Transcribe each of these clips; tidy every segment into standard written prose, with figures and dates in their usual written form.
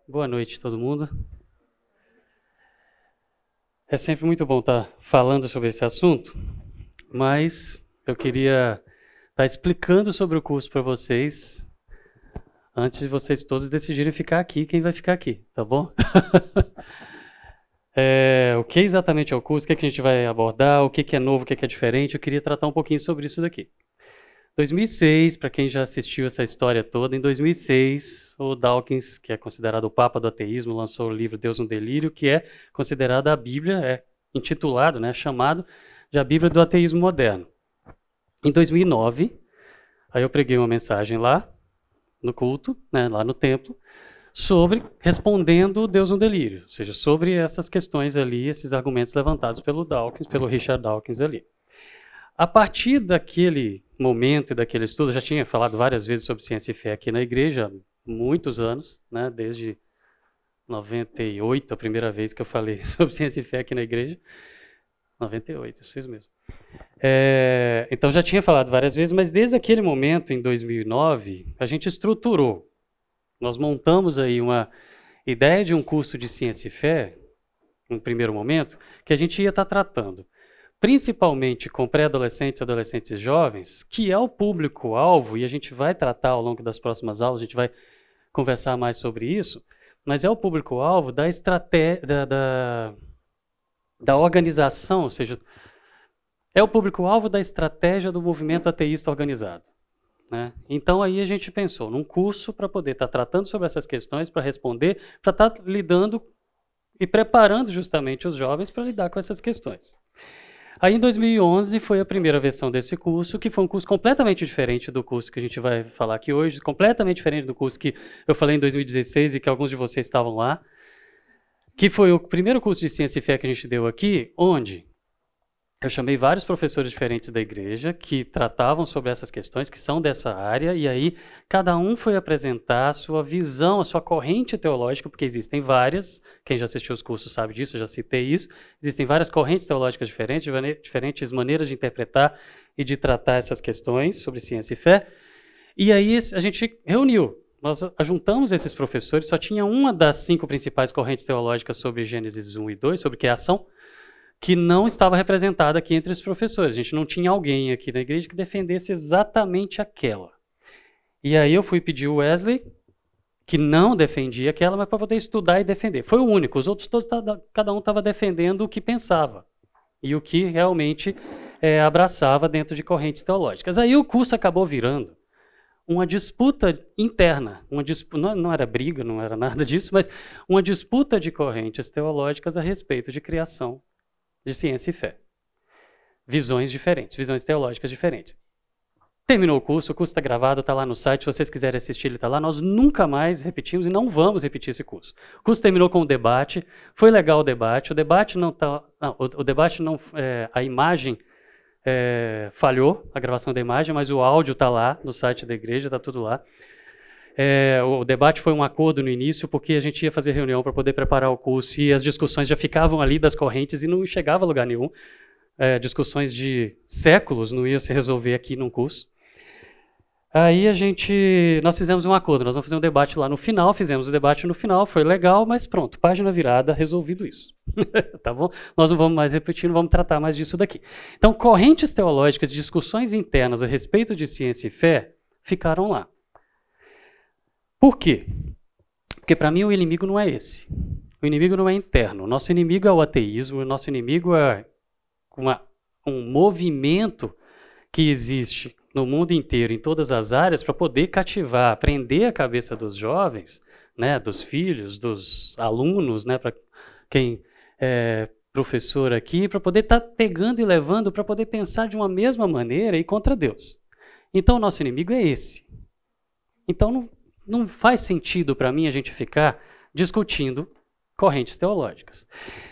Boa noite, todo mundo. É sempre muito bom estar falando sobre esse assunto, mas eu queria estar explicando sobre o curso para vocês antes de vocês todos decidirem ficar aqui, quem vai ficar aqui, tá bom? O que exatamente é o curso, o que a gente vai abordar, o que é novo, o que é diferente, eu queria tratar um pouquinho sobre isso daqui. 2006, para quem já assistiu essa história toda, em 2006, o Dawkins, que é considerado o Papa do ateísmo, lançou o livro Deus no Delírio, que é considerada a Bíblia, é intitulado, né, chamado de a Bíblia do ateísmo moderno. Em 2009, aí eu preguei uma mensagem lá no culto, né, lá no templo, sobre respondendo Deus no Delírio, ou seja, sobre essas questões ali, esses argumentos levantados pelo Dawkins, pelo Richard Dawkins ali. A partir daquele momento e daquele estudo, eu já tinha falado várias vezes sobre ciência e fé aqui na igreja, há muitos anos, né, desde 98, a primeira vez que eu falei sobre ciência e fé aqui na igreja. 98, isso mesmo. Então já tinha falado várias vezes, mas desde aquele momento, em 2009, a gente estruturou. Nós montamos aí uma ideia de um curso de ciência e fé, no primeiro momento, que a gente ia estar tratando principalmente com pré-adolescentes, adolescentes e jovens, que é o público-alvo, e a gente vai tratar ao longo das próximas aulas, a gente vai conversar mais sobre isso, mas é o público-alvo da estratégia, da organização, ou seja, é o público-alvo da estratégia do movimento ateísta organizado. Né? Então aí a gente pensou num curso para poder estar tratando sobre essas questões, para responder, para estar lidando e preparando justamente os jovens para lidar com essas questões. Aí em 2011 foi a primeira versão desse curso, que foi um curso completamente diferente do curso que a gente vai falar aqui hoje, completamente diferente do curso que eu falei em 2016 e que alguns de vocês estavam lá, que foi o primeiro curso de ciência e fé que a gente deu aqui, onde eu chamei vários professores diferentes da igreja que tratavam sobre essas questões, que são dessa área, e aí cada um foi apresentar a sua visão, a sua corrente teológica, porque existem várias, quem já assistiu os cursos sabe disso, eu já citei isso, existem várias correntes teológicas diferentes, diferentes maneiras de interpretar e de tratar essas questões sobre ciência e fé, e aí a gente reuniu, nós juntamos esses professores, só tinha uma das 5 principais correntes teológicas sobre Gênesis 1 e 2, sobre criação, que não estava representada aqui entre os professores. A gente não tinha alguém aqui na igreja que defendesse exatamente aquela. E aí eu fui pedir o Wesley, que não defendia aquela, mas para poder estudar e defender. Foi o único. Os outros todos, cada um estava defendendo o que pensava e o que realmente abraçava dentro de correntes teológicas. Aí o curso acabou virando uma disputa interna, não era briga, não era nada disso, mas uma disputa de correntes teológicas a respeito de criação, de ciência e fé. Visões diferentes, visões teológicas diferentes. Terminou o curso está gravado, está lá no site, se vocês quiserem assistir, ele está lá. Nós nunca mais repetimos e não vamos repetir esse curso. O curso terminou com um debate, foi legal o debate não está... O debate não... a imagem falhou, a gravação da imagem, mas o áudio está lá no site da igreja, está tudo lá. O debate foi um acordo no início, porque a gente ia fazer reunião para poder preparar o curso e as discussões já ficavam ali das correntes e não chegava a lugar nenhum. Discussões de séculos não ia se resolver aqui num curso. Aí nós fizemos um acordo, nós vamos fazer um debate lá no final, fizemos o debate no final, foi legal, mas pronto, página virada, resolvido isso. Tá bom? Nós não vamos mais repetir, não vamos tratar mais disso daqui. Então, correntes teológicas, discussões internas a respeito de ciência e fé, ficaram lá. Por quê? Porque para mim o inimigo não é esse. O inimigo não é interno. O nosso inimigo é o ateísmo, o nosso inimigo é um movimento que existe no mundo inteiro, em todas as áreas, para poder cativar, prender a cabeça dos jovens, né, dos filhos, dos alunos, né, para quem é professor aqui, para poder estar pegando e levando para poder pensar de uma mesma maneira e contra Deus. Então, o nosso inimigo é esse. Então, não faz sentido para mim a gente ficar discutindo correntes teológicas.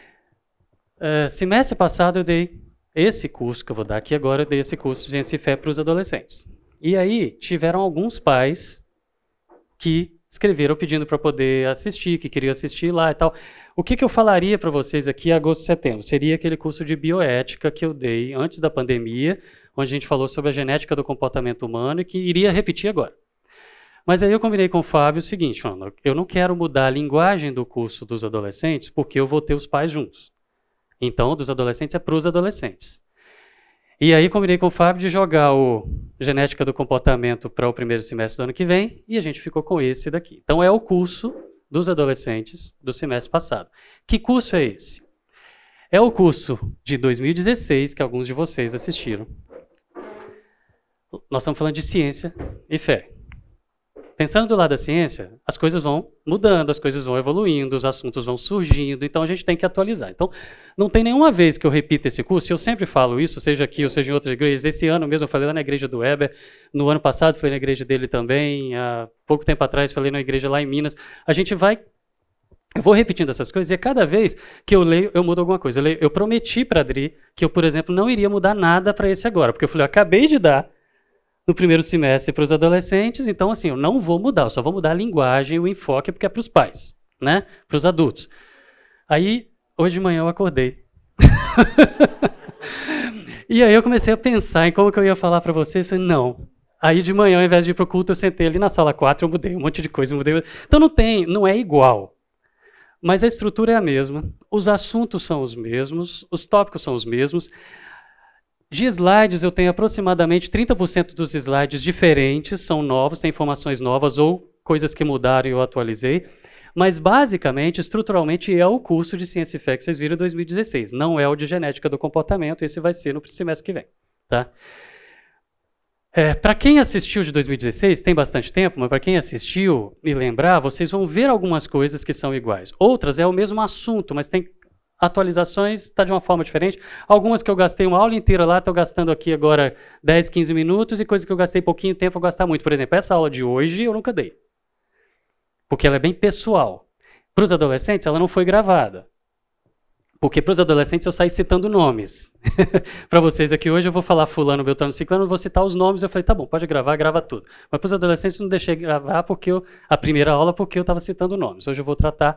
Semestre passado eu dei esse curso que eu vou dar aqui agora, eu dei esse curso de Ciência e Fé para os adolescentes. E aí tiveram alguns pais que escreveram pedindo para poder assistir, que queriam assistir lá e tal. O que eu falaria para vocês aqui em agosto e setembro? Seria aquele curso de bioética que eu dei antes da pandemia, onde a gente falou sobre a genética do comportamento humano e que iria repetir agora. Mas aí eu combinei com o Fábio o seguinte, falando, eu não quero mudar a linguagem do curso dos adolescentes porque eu vou ter os pais juntos. Então, dos adolescentes é para os adolescentes. E aí combinei com o Fábio de jogar o Genética do Comportamento para o primeiro semestre do ano que vem e a gente ficou com esse daqui. Então é o curso dos adolescentes do semestre passado. Que curso é esse? É o curso de 2016 que alguns de vocês assistiram. Nós estamos falando de ciência e fé. Pensando do lado da ciência, as coisas vão mudando, as coisas vão evoluindo, os assuntos vão surgindo, então a gente tem que atualizar. Então, não tem nenhuma vez que eu repito esse curso, e eu sempre falo isso, seja aqui ou seja em outras igrejas. Esse ano mesmo eu falei lá na igreja do Weber, no ano passado falei na igreja dele também, há pouco tempo atrás falei na igreja lá em Minas. A gente vai... Eu vou repetindo essas coisas e a cada vez que eu leio, eu mudo alguma coisa. Eu prometi para a Adri que eu, por exemplo, não iria mudar nada para esse agora, porque eu falei, eu acabei de dar no primeiro semestre para os adolescentes, então assim, eu não vou mudar, eu só vou mudar a linguagem, o enfoque, porque é para os pais, né? Para os adultos. Aí, hoje de manhã eu acordei. E aí eu comecei a pensar em como que eu ia falar para vocês, falei, não. Aí de manhã, ao invés de ir para o culto, eu sentei ali na sala 4, eu mudei um monte de coisa, mudei. Então não é igual. Mas a estrutura é a mesma, os assuntos são os mesmos, os tópicos são os mesmos. De slides, eu tenho aproximadamente 30% dos slides diferentes, são novos, tem informações novas ou coisas que mudaram e eu atualizei. Mas, basicamente, estruturalmente, é o curso de Ciência e Fé que vocês viram em 2016. Não é o de Genética do Comportamento, esse vai ser no semestre que vem. Tá? Para quem assistiu de 2016, tem bastante tempo, mas para quem assistiu e lembrar, vocês vão ver algumas coisas que são iguais. Outras é o mesmo assunto, mas tem atualizações, está de uma forma diferente. Algumas que eu gastei uma aula inteira lá, estou gastando aqui agora 10, 15 minutos, e coisas que eu gastei pouquinho tempo, eu gastar muito. Por exemplo, essa aula de hoje eu nunca dei, porque ela é bem pessoal. Para os adolescentes, ela não foi gravada, porque para os adolescentes eu saí citando nomes. Para vocês aqui hoje eu vou falar fulano, beltrano, ciclano, eu vou citar os nomes, eu falei, tá bom, pode gravar, grava tudo. Mas para os adolescentes eu não deixei gravar porque a primeira aula porque eu estava citando nomes. Hoje eu vou tratar...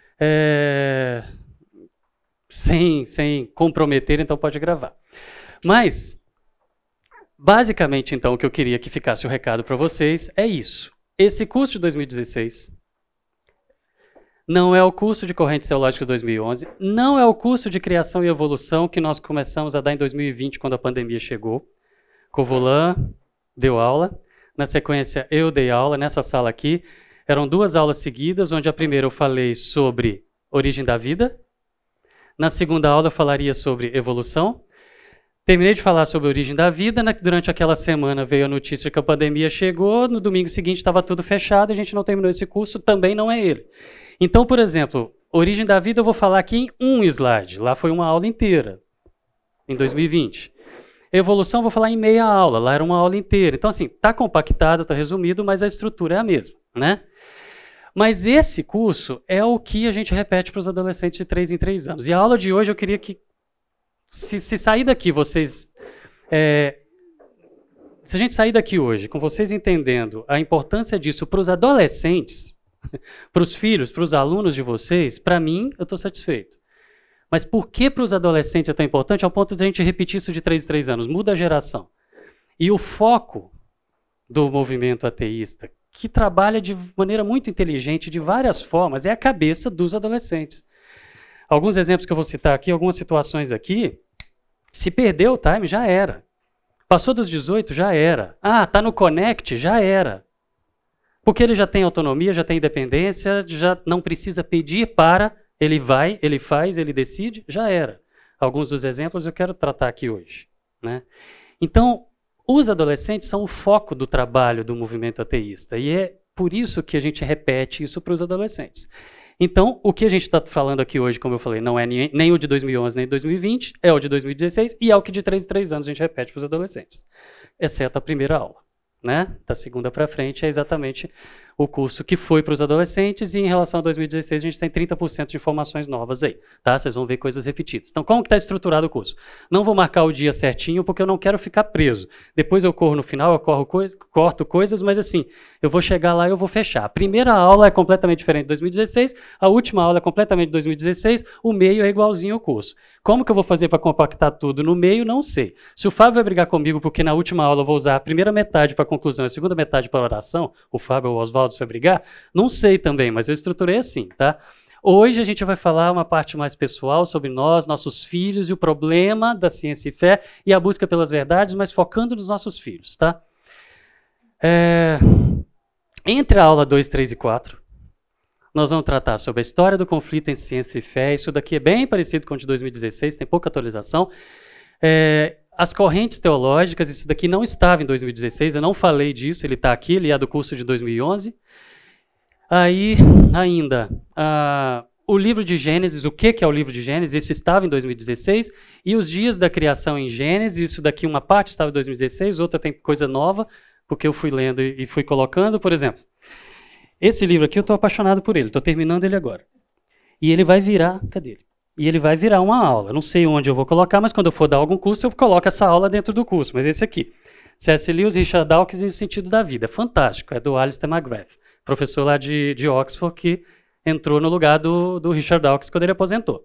sem comprometer, então pode gravar. Mas, basicamente, então, o que eu queria que ficasse o recado para vocês é isso. Esse curso de 2016 não é o curso de correntes teológicas de 2011, não é o curso de criação e evolução que nós começamos a dar em 2020, quando a pandemia chegou. Covolan deu aula, na sequência eu dei aula nessa sala aqui. Eram 2 aulas seguidas, onde a primeira eu falei sobre origem da vida, na segunda aula eu falaria sobre evolução. Terminei de falar sobre a origem da vida, durante aquela semana veio a notícia que a pandemia chegou, no domingo seguinte estava tudo fechado, a gente não terminou esse curso, também não é ele. Então, por exemplo, origem da vida eu vou falar aqui em um slide, lá foi uma aula inteira, em 2020. Evolução eu vou falar em meia aula, lá era uma aula inteira. Então assim, está compactado, está resumido, mas a estrutura é a mesma, né? Mas esse curso é o que a gente repete para os adolescentes de 3 em 3 anos. E a aula de hoje eu queria que, se sair daqui vocês... se a gente sair daqui hoje com vocês entendendo a importância disso para os adolescentes, para os filhos, para os alunos de vocês, para mim, eu estou satisfeito. Mas por que para os adolescentes é tão importante ao ponto de a gente repetir isso de 3 em 3 anos? Muda a geração. E o foco do movimento ateísta, que trabalha de maneira muito inteligente, de várias formas, é a cabeça dos adolescentes. Alguns exemplos que eu vou citar aqui, algumas situações aqui, se perdeu o time, já era. Passou dos 18, já era. Ah, está no Connect, já era. Porque ele já tem autonomia, já tem independência, já não precisa pedir para, ele vai, ele faz, ele decide, já era. Alguns dos exemplos eu quero tratar aqui hoje, né? Então, os adolescentes são o foco do trabalho do movimento ateísta, e é por isso que a gente repete isso para os adolescentes. Então, o que a gente está falando aqui hoje, como eu falei, não é nem o de 2011 nem de 2020, é o de 2016 e é o que de 3 em 3 anos a gente repete para os adolescentes, exceto a primeira aula, né? Da segunda para frente é exatamente o curso que foi para os adolescentes, e em relação a 2016 a gente tem 30% de informações novas aí, tá? Vocês vão ver coisas repetidas. Então, como que está estruturado o curso? Não vou marcar o dia certinho, porque eu não quero ficar preso. Depois eu corro no final, eu corto coisas, mas assim, eu vou chegar lá e eu vou fechar. A primeira aula é completamente diferente de 2016, a última aula é completamente de 2016, o meio é igualzinho ao curso. Como que eu vou fazer para compactar tudo no meio? Não sei. Se o Fábio vai brigar comigo porque na última aula eu vou usar a primeira metade para a conclusão e a segunda metade para a oração, o Fábio ou o Oswaldo vai brigar? Não sei também, mas eu estruturei assim, tá? Hoje a gente vai falar uma parte mais pessoal sobre nós, nossos filhos e o problema da ciência e fé e a busca pelas verdades, mas focando nos nossos filhos, tá? Entre a aula 2, 3 e 4, nós vamos tratar sobre a história do conflito entre ciência e fé. Isso daqui é bem parecido com o de 2016, tem pouca atualização. As correntes teológicas, isso daqui não estava em 2016, eu não falei disso, ele está aqui, ele é do curso de 2011. Aí, ainda, o livro de Gênesis, o que é o livro de Gênesis? Isso estava em 2016. E os dias da criação em Gênesis, isso daqui uma parte estava em 2016, outra tem coisa nova, porque eu fui lendo e fui colocando. Por exemplo, esse livro aqui eu estou apaixonado por ele, estou terminando ele agora. E ele vai virar, cadê ele? E ele vai virar uma aula. Não sei onde eu vou colocar, mas quando eu for dar algum curso, eu coloco essa aula dentro do curso. Mas esse aqui, C.S. Lewis, Richard Dawkins e o Sentido da Vida. Fantástico, é do Alistair McGrath, professor lá de Oxford, que entrou no lugar do Richard Dawkins quando ele aposentou.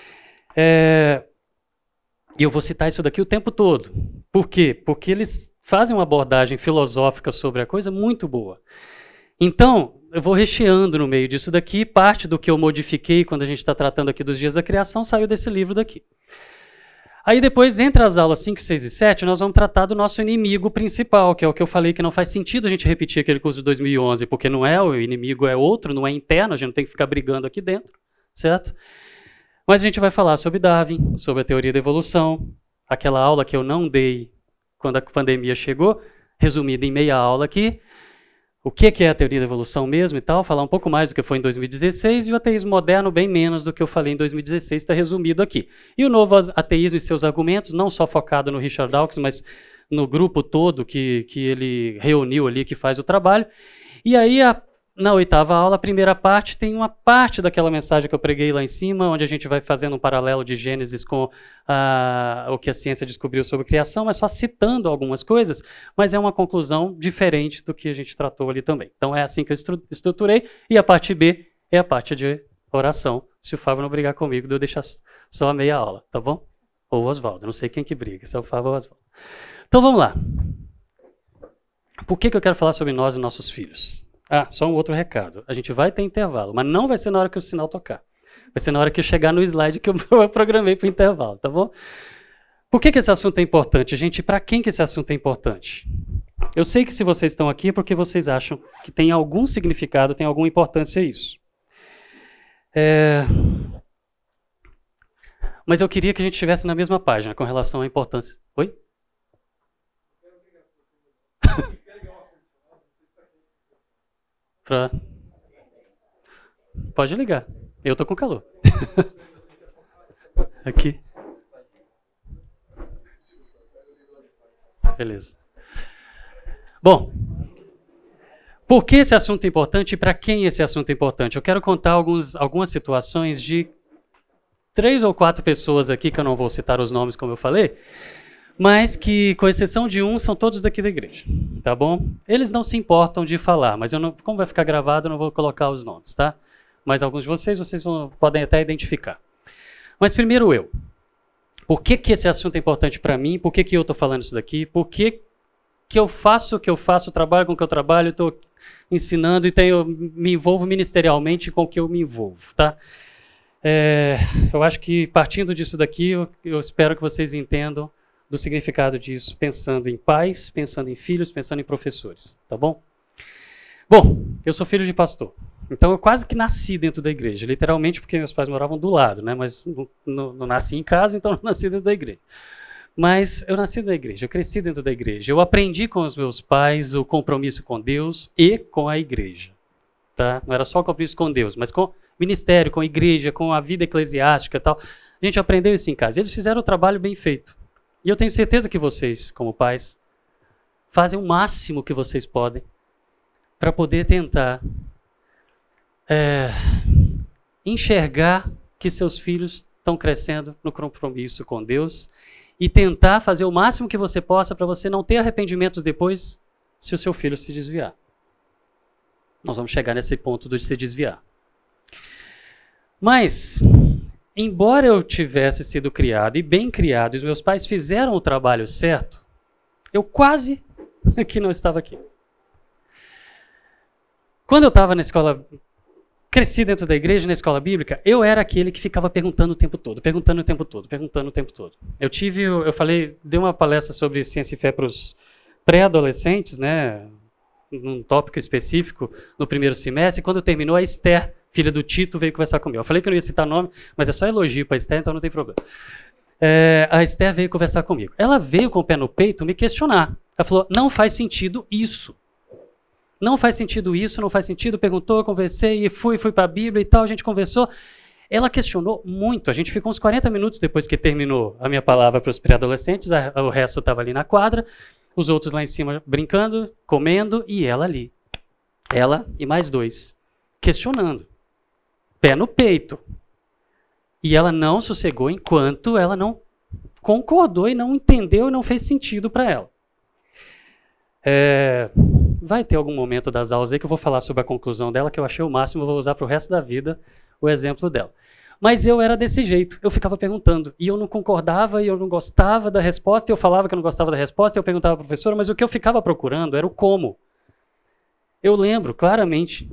E eu vou citar isso daqui o tempo todo. Por quê? Porque eles fazem uma abordagem filosófica sobre a coisa muito boa. Então, eu vou recheando no meio disso daqui, parte do que eu modifiquei quando a gente está tratando aqui dos dias da criação saiu desse livro daqui. Aí depois, entre as aulas 5, 6 e 7, nós vamos tratar do nosso inimigo principal, que é o que eu falei que não faz sentido a gente repetir aquele curso de 2011, porque não é, o inimigo é outro, não é interno, a gente não tem que ficar brigando aqui dentro, certo? Mas a gente vai falar sobre Darwin, sobre a teoria da evolução, aquela aula que eu não dei quando a pandemia chegou, resumida em meia aula aqui, o que é a teoria da evolução mesmo e tal, falar um pouco mais do que foi em 2016, e o ateísmo moderno bem menos do que eu falei em 2016, está resumido aqui. E o novo ateísmo e seus argumentos, não só focado no Richard Dawkins, mas no grupo todo que ele reuniu ali, que faz o trabalho. E aí, na oitava aula, a primeira parte, tem uma parte daquela mensagem que eu preguei lá em cima, onde a gente vai fazendo um paralelo de Gênesis com o que a ciência descobriu sobre criação, mas só citando algumas coisas, mas é uma conclusão diferente do que a gente tratou ali também. Então é assim que eu estruturei, e a parte B é a parte de oração, se o Fábio não brigar comigo, de eu deixar só a meia aula, tá bom? Ou o Oswaldo, não sei quem que briga, se é o Fábio ou o Oswaldo. Então vamos lá. Por que eu quero falar sobre nós e nossos filhos? Só um outro recado. A gente vai ter intervalo, mas não vai ser na hora que o sinal tocar. Vai ser na hora que eu chegar no slide que eu programei para o intervalo, tá bom? Por que esse assunto é importante? Gente, para quem que esse assunto é importante? Eu sei que se vocês estão aqui é porque vocês acham que tem algum significado, tem alguma importância isso. Mas eu queria que a gente estivesse na mesma página com relação à importância. Oi? Pode ligar. Eu tô com calor. Aqui. Beleza. Bom, por que esse assunto é importante e para quem esse assunto é importante? Eu quero contar algumas situações de 3 ou 4 pessoas aqui, que eu não vou citar os nomes como eu falei, mas que, com exceção de um, são todos daqui da igreja, tá bom? Eles não se importam de falar, mas como vai ficar gravado, eu não vou colocar os nomes, tá? Mas alguns de vocês podem até identificar. Mas primeiro eu. Por que esse assunto é importante para mim? Por que eu estou falando isso daqui? Por que eu faço o que eu faço, trabalho com o que eu trabalho, estou ensinando e me envolvo ministerialmente com o que eu me envolvo, tá? Eu acho que partindo disso daqui, eu espero que vocês entendam do significado disso, pensando em pais, pensando em filhos, pensando em professores, tá bom? Bom, eu sou filho de pastor, então eu quase que nasci dentro da igreja, literalmente porque meus pais moravam do lado, né? Mas não nasci em casa, então não nasci dentro da igreja. Mas eu nasci da igreja, eu cresci dentro da igreja, eu aprendi com os meus pais o compromisso com Deus e com a igreja, tá? Não era só o compromisso com Deus, mas com ministério, com a igreja, com a vida eclesiástica e tal. A gente aprendeu isso em casa. Eles fizeram o trabalho bem feito. E eu tenho certeza que vocês, como pais, fazem o máximo que vocês podem para poder tentar enxergar que seus filhos estão crescendo no compromisso com Deus e tentar fazer o máximo que você possa para você não ter arrependimentos depois se o seu filho se desviar. Nós vamos chegar nesse ponto de se desviar. Mas, embora eu tivesse sido criado e bem criado, e os meus pais fizeram o trabalho certo, eu quase que não estava aqui. Quando eu estava na escola, cresci dentro da igreja, na escola bíblica, eu era aquele que ficava perguntando o tempo todo. Dei uma palestra sobre ciência e fé para os pré-adolescentes, né, num tópico específico, no primeiro semestre, e quando terminou, a Esther, filha do Tito, veio conversar comigo. Eu falei que eu não ia citar nome, mas é só elogio para a Esther, então não tem problema. A Esther veio conversar comigo. Ela veio com o pé no peito me questionar. Ela falou, não faz sentido isso. Não faz sentido isso, não faz sentido. Perguntou, conversei, e fui para a Bíblia e tal, a gente conversou. Ela questionou muito. A gente ficou uns 40 minutos depois que terminou a minha palavra para os pré-adolescentes, o resto estava ali na quadra, os outros lá em cima brincando, comendo, e ela ali. Ela e mais 2, questionando. Pé no peito. E ela não sossegou enquanto ela não concordou e não entendeu e não fez sentido para ela. Vai ter algum momento das aulas aí que eu vou falar sobre a conclusão dela, que eu achei o máximo, eu vou usar para o resto da vida o exemplo dela. Mas eu era desse jeito, eu ficava perguntando, e eu não concordava, e eu não gostava da resposta, e eu falava que eu não gostava da resposta, e eu perguntava à professora, mas o que eu ficava procurando era o como. Eu lembro claramente,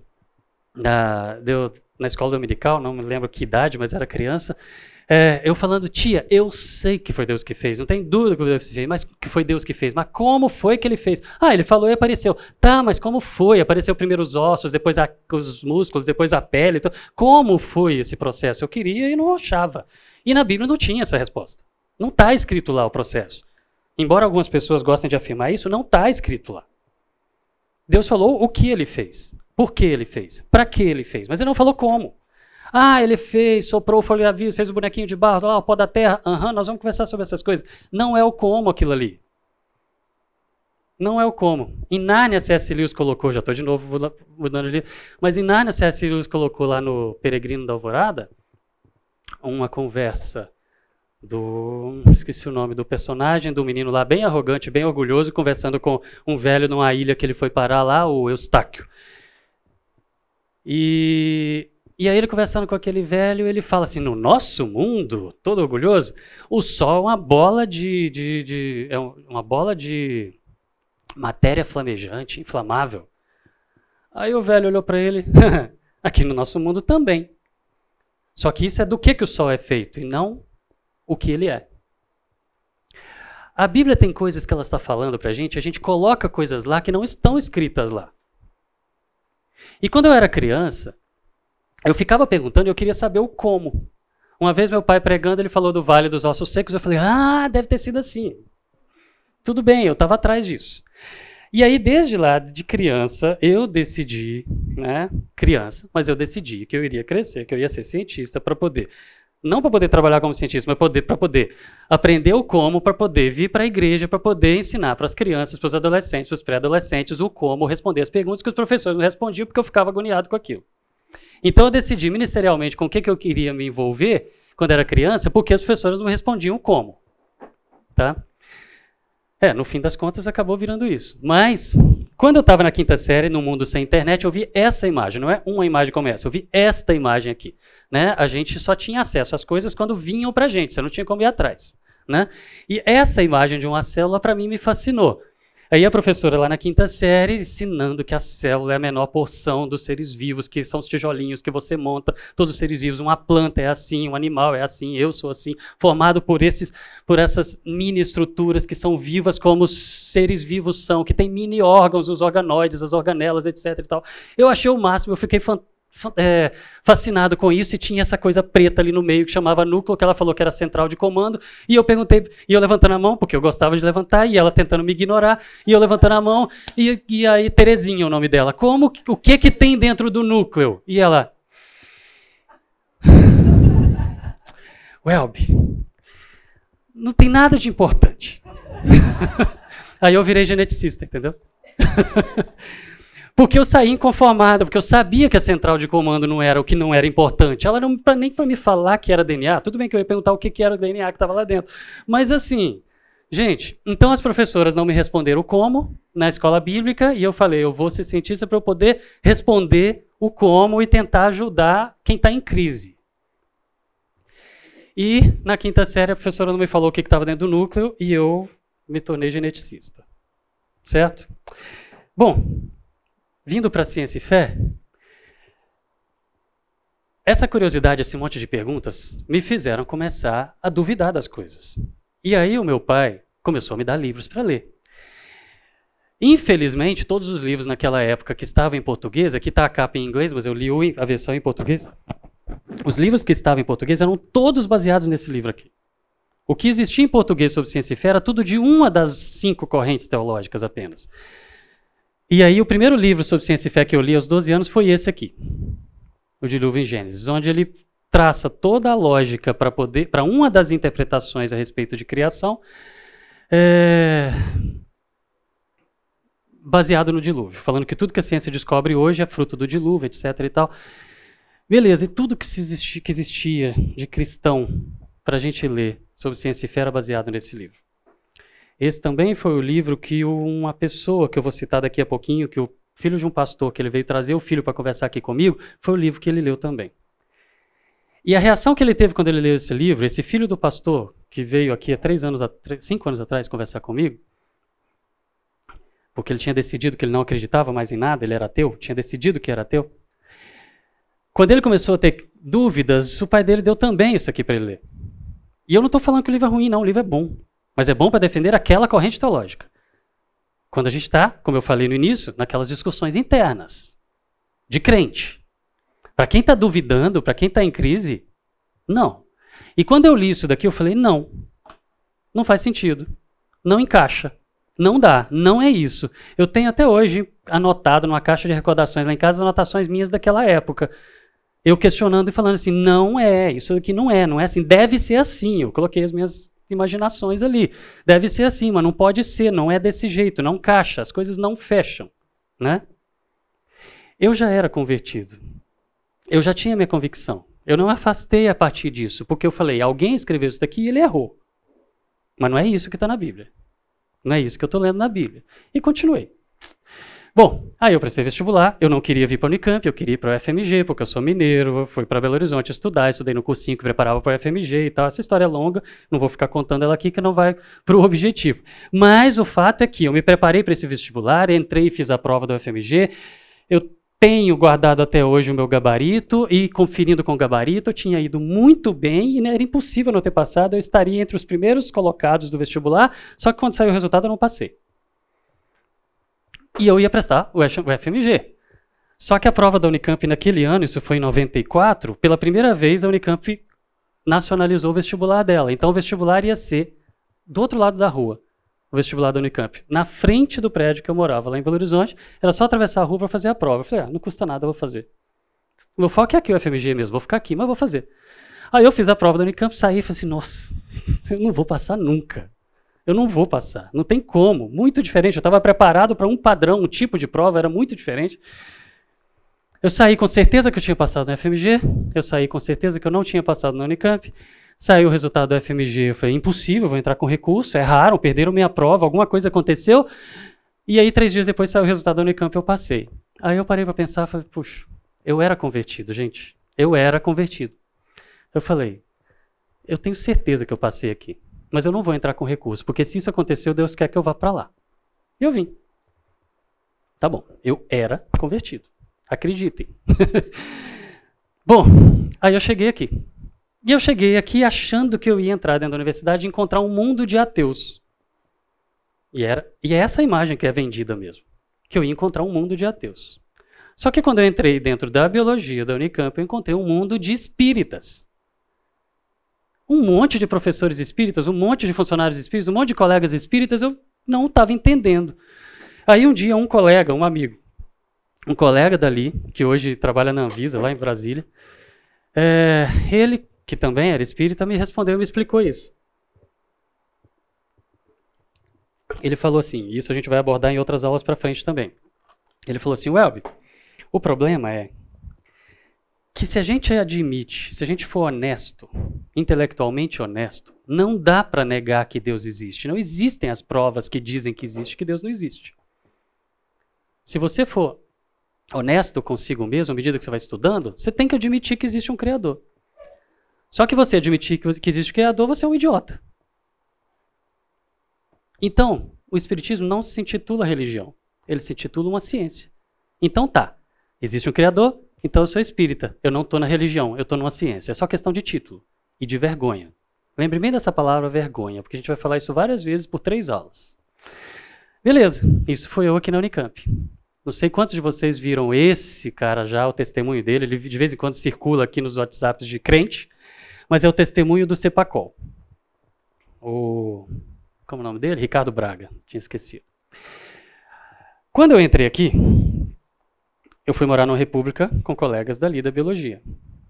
na escola dominical, não me lembro que idade, mas era criança, eu falando, tia, eu sei que foi Deus que fez, não tem dúvida que foi Deus que fez, mas que foi Deus que fez, mas como foi que ele fez? Ele falou e apareceu. Tá, mas como foi? Apareceu primeiro os ossos, depois os músculos, depois a pele. Então, como foi esse processo? Eu queria e não achava. E na Bíblia não tinha essa resposta. Não está escrito lá o processo. Embora algumas pessoas gostem de afirmar isso, não está escrito lá. Deus falou o que ele fez, por que ele fez, para que ele fez, mas ele não falou como. Ele fez, soprou o folha de aviso, fez o bonequinho de barro, lá, o pó da terra. Nós vamos conversar sobre essas coisas. Não é o como aquilo ali. Não é o como. Em Nárnia, C.S. Lewis colocou, já estou de novo mudando ali, mas em Nárnia, C.S. Lewis colocou lá no Peregrino da Alvorada uma conversa esqueci o nome, do personagem, do menino lá, bem arrogante, bem orgulhoso, conversando com um velho numa ilha que ele foi parar lá, o Eustáquio. E aí ele conversando com aquele velho, ele fala assim, no nosso mundo, todo orgulhoso, o Sol é uma bola uma bola de matéria flamejante, inflamável. Aí o velho olhou para ele, aqui no nosso mundo também. Só que isso é do que o Sol é feito, e não o que ele é. A Bíblia tem coisas que ela está falando para a gente coloca coisas lá que não estão escritas lá. E quando eu era criança, eu ficava perguntando e eu queria saber o como. Uma vez meu pai pregando, ele falou do Vale dos Ossos Secos, eu falei, deve ter sido assim. Tudo bem, eu estava atrás disso. E aí, desde lá, de criança, eu decidi, mas eu decidi que eu iria crescer, que eu ia ser cientista para poder, não para poder trabalhar como cientista, mas para poder aprender o como, para poder vir para a igreja, para poder ensinar para as crianças, para os adolescentes, para os pré-adolescentes, o como responder as perguntas que os professores não respondiam, porque eu ficava agoniado com aquilo. Então eu decidi ministerialmente com o que eu queria me envolver quando era criança, porque os professores não respondiam o como. Tá? No fim das contas acabou virando isso. Mas, quando eu estava na 5ª série, no mundo sem internet, eu vi essa imagem, não é uma imagem como essa, eu vi esta imagem aqui. A gente só tinha acesso às coisas quando vinham para a gente, você não tinha como ir atrás. E essa imagem de uma célula, para mim, me fascinou. Aí a professora lá na 5ª série ensinando que a célula é a menor porção dos seres vivos, que são os tijolinhos que você monta, todos os seres vivos, uma planta é assim, um animal é assim, eu sou assim, formado por essas mini estruturas que são vivas como os seres vivos são, que tem mini órgãos, os organoides, as organelas, etc. E tal. Eu achei o máximo, eu fiquei fascinado com isso, e tinha essa coisa preta ali no meio que chamava núcleo, que ela falou que era central de comando, e eu perguntei, e eu levantando a mão, porque eu gostava de levantar, e ela tentando me ignorar, e eu levantando a mão, e aí Terezinha é o nome dela, o que tem dentro do núcleo? E ela, Welby, não tem nada de importante. Aí eu virei geneticista, entendeu? Porque eu saí inconformado, porque eu sabia que a central de comando não era o que não era importante. Ela não nem para me falar que era DNA. Tudo bem que eu ia perguntar o que era o DNA que estava lá dentro. Mas assim, Gente, então as professoras não me responderam o como na escola bíblica e eu falei, eu vou ser cientista para eu poder responder o como e tentar ajudar quem está em crise. E na quinta série a professora não me falou o que estava dentro do núcleo e eu me tornei geneticista. Certo? Bom, vindo para ciência e fé, essa curiosidade, esse monte de perguntas, me fizeram começar a duvidar das coisas. E aí o meu pai começou a me dar livros para ler. Infelizmente, todos os livros naquela época que estavam em português, aqui está a capa em inglês, mas eu li a versão em português. Os livros que estavam em português eram todos baseados nesse livro aqui. O que existia em português sobre ciência e fé era tudo de uma das 5 correntes teológicas apenas. E aí o primeiro livro sobre ciência e fé que eu li aos 12 anos foi esse aqui, o Dilúvio em Gênesis, onde ele traça toda a lógica para uma das interpretações a respeito de criação, baseado no dilúvio, falando que tudo que a ciência descobre hoje é fruto do dilúvio, etc. e tal. Beleza, e tudo que existia de cristão para a gente ler sobre ciência e fé era baseado nesse livro. Esse também foi o livro que uma pessoa, que eu vou citar daqui a pouquinho, que o filho de um pastor, que ele veio trazer o filho para conversar aqui comigo, foi o livro que ele leu também. E a reação que ele teve quando ele leu esse livro, esse filho do pastor, que veio aqui há 5 anos atrás conversar comigo, porque ele tinha decidido que ele não acreditava mais em nada, ele era ateu, tinha decidido que era ateu. Quando ele começou a ter dúvidas, o pai dele deu também isso aqui para ele ler. E eu não estou falando que o livro é ruim, não, o livro é bom. Mas é bom para defender aquela corrente teológica. Quando a gente está, como eu falei no início, naquelas discussões internas, de crente. Para quem está duvidando, para quem está em crise, não. E quando eu li isso daqui, eu falei, não faz sentido, não encaixa, não dá, não é isso. Eu tenho até hoje anotado numa caixa de recordações lá em casa, anotações minhas daquela época. Eu questionando e falando assim, não é, isso aqui não é assim, deve ser assim. Eu coloquei as minhas imaginações ali. Deve ser assim, mas não pode ser, não é desse jeito, não encaixa, as coisas não fecham, né? Eu já era convertido. Eu já tinha minha convicção. Eu não afastei a partir disso, porque eu falei, alguém escreveu isso daqui e ele errou. Mas não é isso que está na Bíblia. Não é isso que eu estou lendo na Bíblia. E continuei. Bom, aí eu prestei vestibular, eu não queria vir para a Unicamp, eu queria ir para o UFMG, porque eu sou mineiro, fui para Belo Horizonte estudar, estudei no cursinho que preparava para o UFMG e tal. Essa história é longa, não vou ficar contando ela aqui, que não vai para o objetivo. Mas o fato é que eu me preparei para esse vestibular, entrei e fiz a prova do UFMG, eu tenho guardado até hoje o meu gabarito, e conferindo com o gabarito, eu tinha ido muito bem, e era impossível não ter passado, eu estaria entre os primeiros colocados do vestibular, só que quando saiu o resultado eu não passei. E eu ia prestar o UFMG. Só que a prova da Unicamp naquele ano, isso foi em 94, pela primeira vez a Unicamp nacionalizou o vestibular dela. Então o vestibular ia ser do outro lado da rua, o vestibular da Unicamp, na frente do prédio que eu morava, lá em Belo Horizonte. Era só atravessar a rua para fazer a prova. Eu falei, não custa nada, eu vou fazer. O meu foco é aqui o UFMG mesmo, vou ficar aqui, mas vou fazer. Aí eu fiz a prova da Unicamp, saí e falei assim, nossa, eu não vou passar nunca. Eu não vou passar, não tem como, muito diferente. Eu estava preparado para um padrão, um tipo de prova, era muito diferente. Eu saí com certeza que eu tinha passado no FMG, eu saí com certeza que eu não tinha passado na Unicamp. Saiu o resultado do FMG, eu falei, impossível, vou entrar com recurso, erraram, perderam minha prova, alguma coisa aconteceu. E aí 3 dias depois saiu o resultado da Unicamp e eu passei. Aí eu parei para pensar, falei, puxa, eu era convertido, gente, eu era convertido. Eu falei, eu tenho certeza que eu passei aqui. Mas eu não vou entrar com recurso, porque se isso aconteceu, Deus quer que eu vá para lá. E eu vim. Tá bom, eu era convertido. Acreditem. Bom, aí eu cheguei aqui. E eu cheguei aqui achando que eu ia entrar dentro da universidade e encontrar um mundo de ateus. E é essa a imagem que é vendida mesmo. Que eu ia encontrar um mundo de ateus. Só que quando eu entrei dentro da biologia da Unicamp, eu encontrei um mundo de espíritas. Um monte de professores espíritas, um monte de funcionários espíritas, um monte de colegas espíritas, eu não estava entendendo. Aí um dia um colega, um amigo, um colega dali, que hoje trabalha na Anvisa, lá em Brasília, ele, que também era espírita, me respondeu e me explicou isso. Ele falou assim, isso a gente vai abordar em outras aulas para frente também. Ele falou assim, Welby, o problema é que se a gente admite, se a gente for honesto, intelectualmente honesto, não dá para negar que Deus existe. Não existem as provas que dizem que existe, que Deus não existe. Se você for honesto consigo mesmo, à medida que você vai estudando, você tem que admitir que existe um Criador. Só que você admitir que existe um Criador, você é um idiota. Então, o Espiritismo não se intitula religião. Ele se intitula uma ciência. Então tá, existe um Criador, então eu sou espírita. Eu não estou na religião, eu estou numa ciência. É só questão de título e de vergonha. Lembre bem dessa palavra vergonha, porque a gente vai falar isso várias vezes por 3 aulas. Beleza, isso foi eu aqui na Unicamp. Não sei quantos de vocês viram esse cara já, o testemunho dele. Ele de vez em quando circula aqui nos WhatsApps de crente, mas é o testemunho do Cepacol. Como é o nome dele? Ricardo Braga, tinha esquecido. Quando eu entrei aqui, eu fui morar numa república com colegas dali da biologia.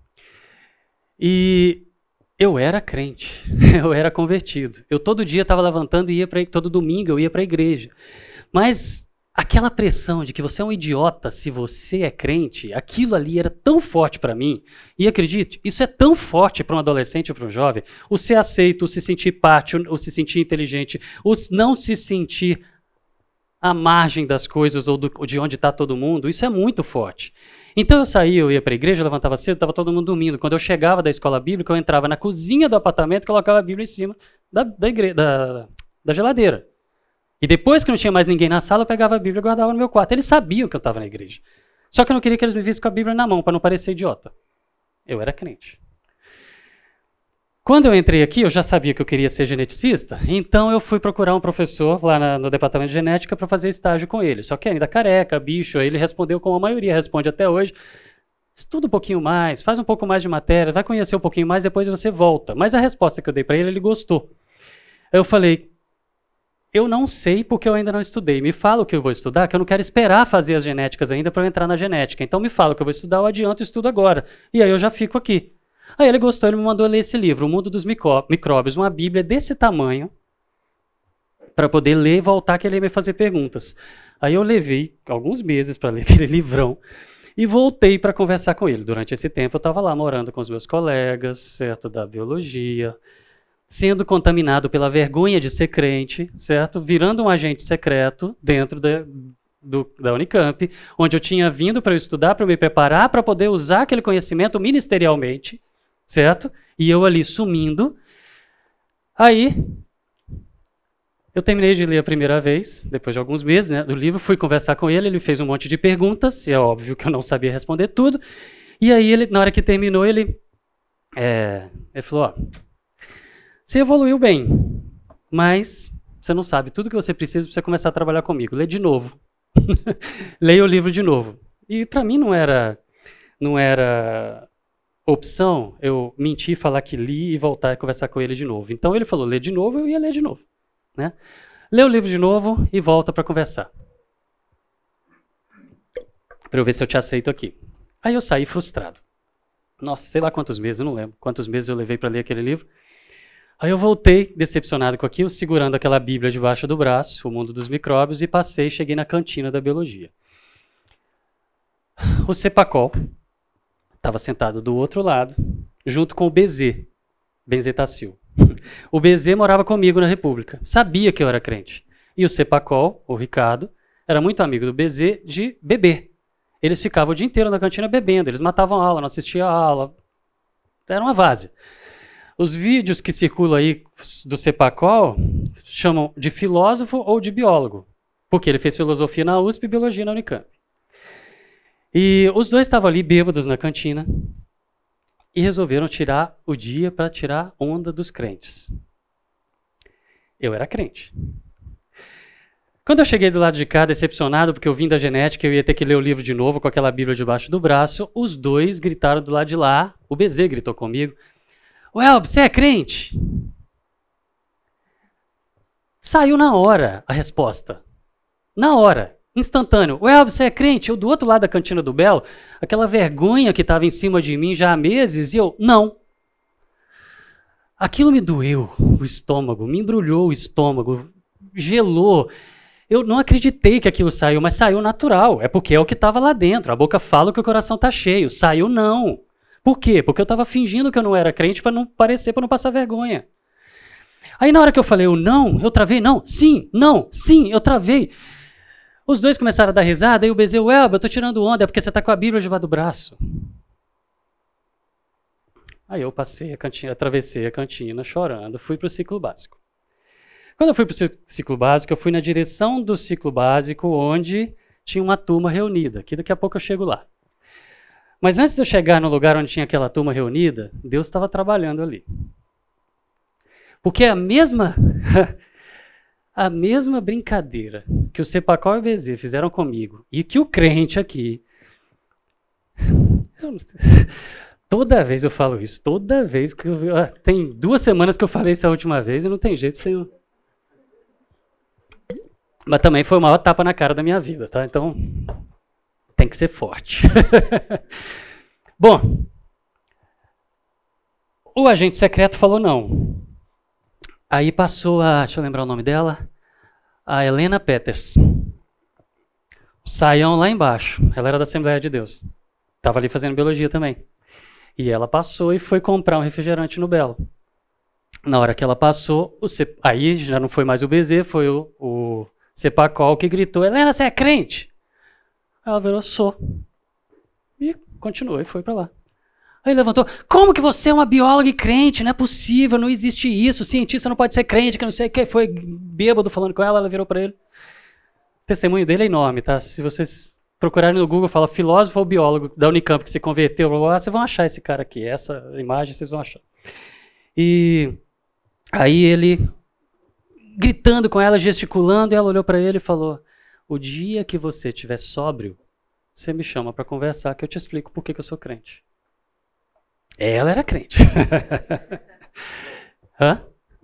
E eu era crente, eu era convertido. Eu todo dia estava levantando e ia para todo domingo eu ia para a igreja. Mas aquela pressão de que você é um idiota se você é crente, aquilo ali era tão forte para mim. E acredite, isso é tão forte para um adolescente ou para um jovem. O ser aceito, o se sentir parte, o se sentir inteligente, o não se sentir à margem das coisas ou de onde está todo mundo, isso é muito forte. Então eu saía, eu ia para a igreja, eu levantava cedo, estava todo mundo dormindo. Quando eu chegava da escola bíblica, eu entrava na cozinha do apartamento e colocava a Bíblia em cima da geladeira. E depois que não tinha mais ninguém na sala, eu pegava a Bíblia e guardava no meu quarto. Eles sabiam que eu estava na igreja. Só que eu não queria que eles me vissem com a Bíblia na mão, para não parecer idiota. Eu era crente. Quando eu entrei aqui, eu já sabia que eu queria ser geneticista, então eu fui procurar um professor lá no departamento de genética para fazer estágio com ele. Só que ainda careca, bicho, aí ele respondeu como a maioria responde até hoje. Estuda um pouquinho mais, faz um pouco mais de matéria, vai conhecer um pouquinho mais, depois você volta. Mas a resposta que eu dei para ele gostou. Eu falei, eu não sei porque eu ainda não estudei. Me fala o que eu vou estudar, que eu não quero esperar fazer as genéticas ainda para eu entrar na genética. Então me fala o que eu vou estudar, eu adianto e estudo agora. E aí eu já fico aqui. Aí ele gostou, ele me mandou ler esse livro, O Mundo dos Micróbios, uma bíblia desse tamanho, para poder ler e voltar que ele ia me fazer perguntas. Aí eu levei alguns meses para ler aquele livrão e voltei para conversar com ele. Durante esse tempo eu estava lá morando com os meus colegas, certo, da biologia, sendo contaminado pela vergonha de ser crente, certo, virando um agente secreto dentro da Unicamp, onde eu tinha vindo para eu estudar, para eu me preparar, para poder usar aquele conhecimento ministerialmente, certo? E eu ali sumindo. Aí, eu terminei de ler a primeira vez, depois de alguns meses, né, do livro, fui conversar com ele, ele fez um monte de perguntas, e é óbvio que eu não sabia responder tudo. E aí, ele, na hora que terminou, ele falou, você evoluiu bem, mas você não sabe tudo que você precisa para você começar a trabalhar comigo. Lê de novo. Leia o livro de novo. E para mim não era opção eu mentir, falar que li e voltar e conversar com ele de novo. Então ele falou, lê de novo, eu ia ler de novo. Né? Lê o livro de novo e volta para conversar. Para eu ver se eu te aceito aqui. Aí eu saí frustrado. Nossa, sei lá quantos meses, eu não lembro quantos meses eu levei para ler aquele livro. Aí eu voltei, decepcionado com aquilo, segurando aquela bíblia debaixo do braço, O Mundo dos Micróbios, e passei e cheguei na cantina da biologia. O Cepacol estava sentado do outro lado, junto com o BZ, Benzetacil. O BZ morava comigo na República, sabia que eu era crente. E o Cepacol, o Ricardo, era muito amigo do BZ de beber. Eles ficavam o dia inteiro na cantina bebendo, eles matavam a aula, não assistiam a aula. Era uma várzea. Os vídeos que circulam aí do Cepacol chamam de filósofo ou de biólogo, porque ele fez filosofia na USP e biologia na Unicamp. E os dois estavam ali bêbados na cantina e resolveram tirar o dia para tirar onda dos crentes. Eu era crente. Quando eu cheguei do lado de cá, decepcionado, porque eu vim da genética, eu ia ter que ler o livro de novo com aquela bíblia debaixo do braço, os dois gritaram do lado de lá, o BZ gritou comigo, Welb, você é crente? Saiu na hora a resposta. Na hora, instantâneo. Welb, você é crente? Eu do outro lado da cantina do Belo, aquela vergonha que estava em cima de mim já há meses, e eu, não. Aquilo me doeu o estômago, me embrulhou o estômago, gelou. Eu não acreditei que aquilo saiu, mas saiu natural. É porque é o que estava lá dentro. A boca fala que o coração está cheio. Saiu não. Por quê? Porque eu estava fingindo que eu não era crente para não parecer, para não passar vergonha. Aí na hora que eu falei o não, eu travei, não, sim, eu travei. Os dois começaram a dar risada, aí o Bezerro, Elber, eu tô tirando onda, é porque você tá com a Bíblia debaixo do braço. Aí eu passei a cantina, atravessei a cantina chorando, fui pro ciclo básico. Quando eu fui pro ciclo básico, eu fui na direção do ciclo básico, onde tinha uma turma reunida, que daqui a pouco eu chego lá. Mas antes de eu chegar no lugar onde tinha aquela turma reunida, Deus estava trabalhando ali. Porque a mesma brincadeira que o Cepacol e o BZ fizeram comigo e que o crente aqui... Toda vez eu falo isso, toda vez que tem 2 semanas que eu falei isso a última vez e não tem jeito sem... Mas também foi o maior tapa na cara da minha vida, tá? Então, tem que ser forte. Bom, o agente secreto falou não. Aí passou a, deixa eu lembrar o nome dela, a Helena Peters. O Saião lá embaixo, ela era da Assembleia de Deus. Estava ali fazendo biologia também. E ela passou e foi comprar um refrigerante no Belo. Na hora que ela passou, aí já não foi mais o BZ, foi o Cepacol que gritou, Helena, você é crente? Ela virou, sou. E continuou e foi para lá. Aí levantou, como que você é uma bióloga e crente? Não é possível, não existe isso, cientista não pode ser crente, que não sei o que. Foi bêbado falando com ela, ela virou para ele. O testemunho dele é enorme, tá? Se vocês procurarem no Google, fala filósofo ou biólogo da Unicamp que se converteu, lá, vocês vão achar esse cara aqui, essa imagem vocês vão achar. E aí ele, gritando com ela, gesticulando, e ela olhou para ele e falou, o dia que você estiver sóbrio, você me chama para conversar que eu te explico por que eu sou crente. Ela era crente. Hã?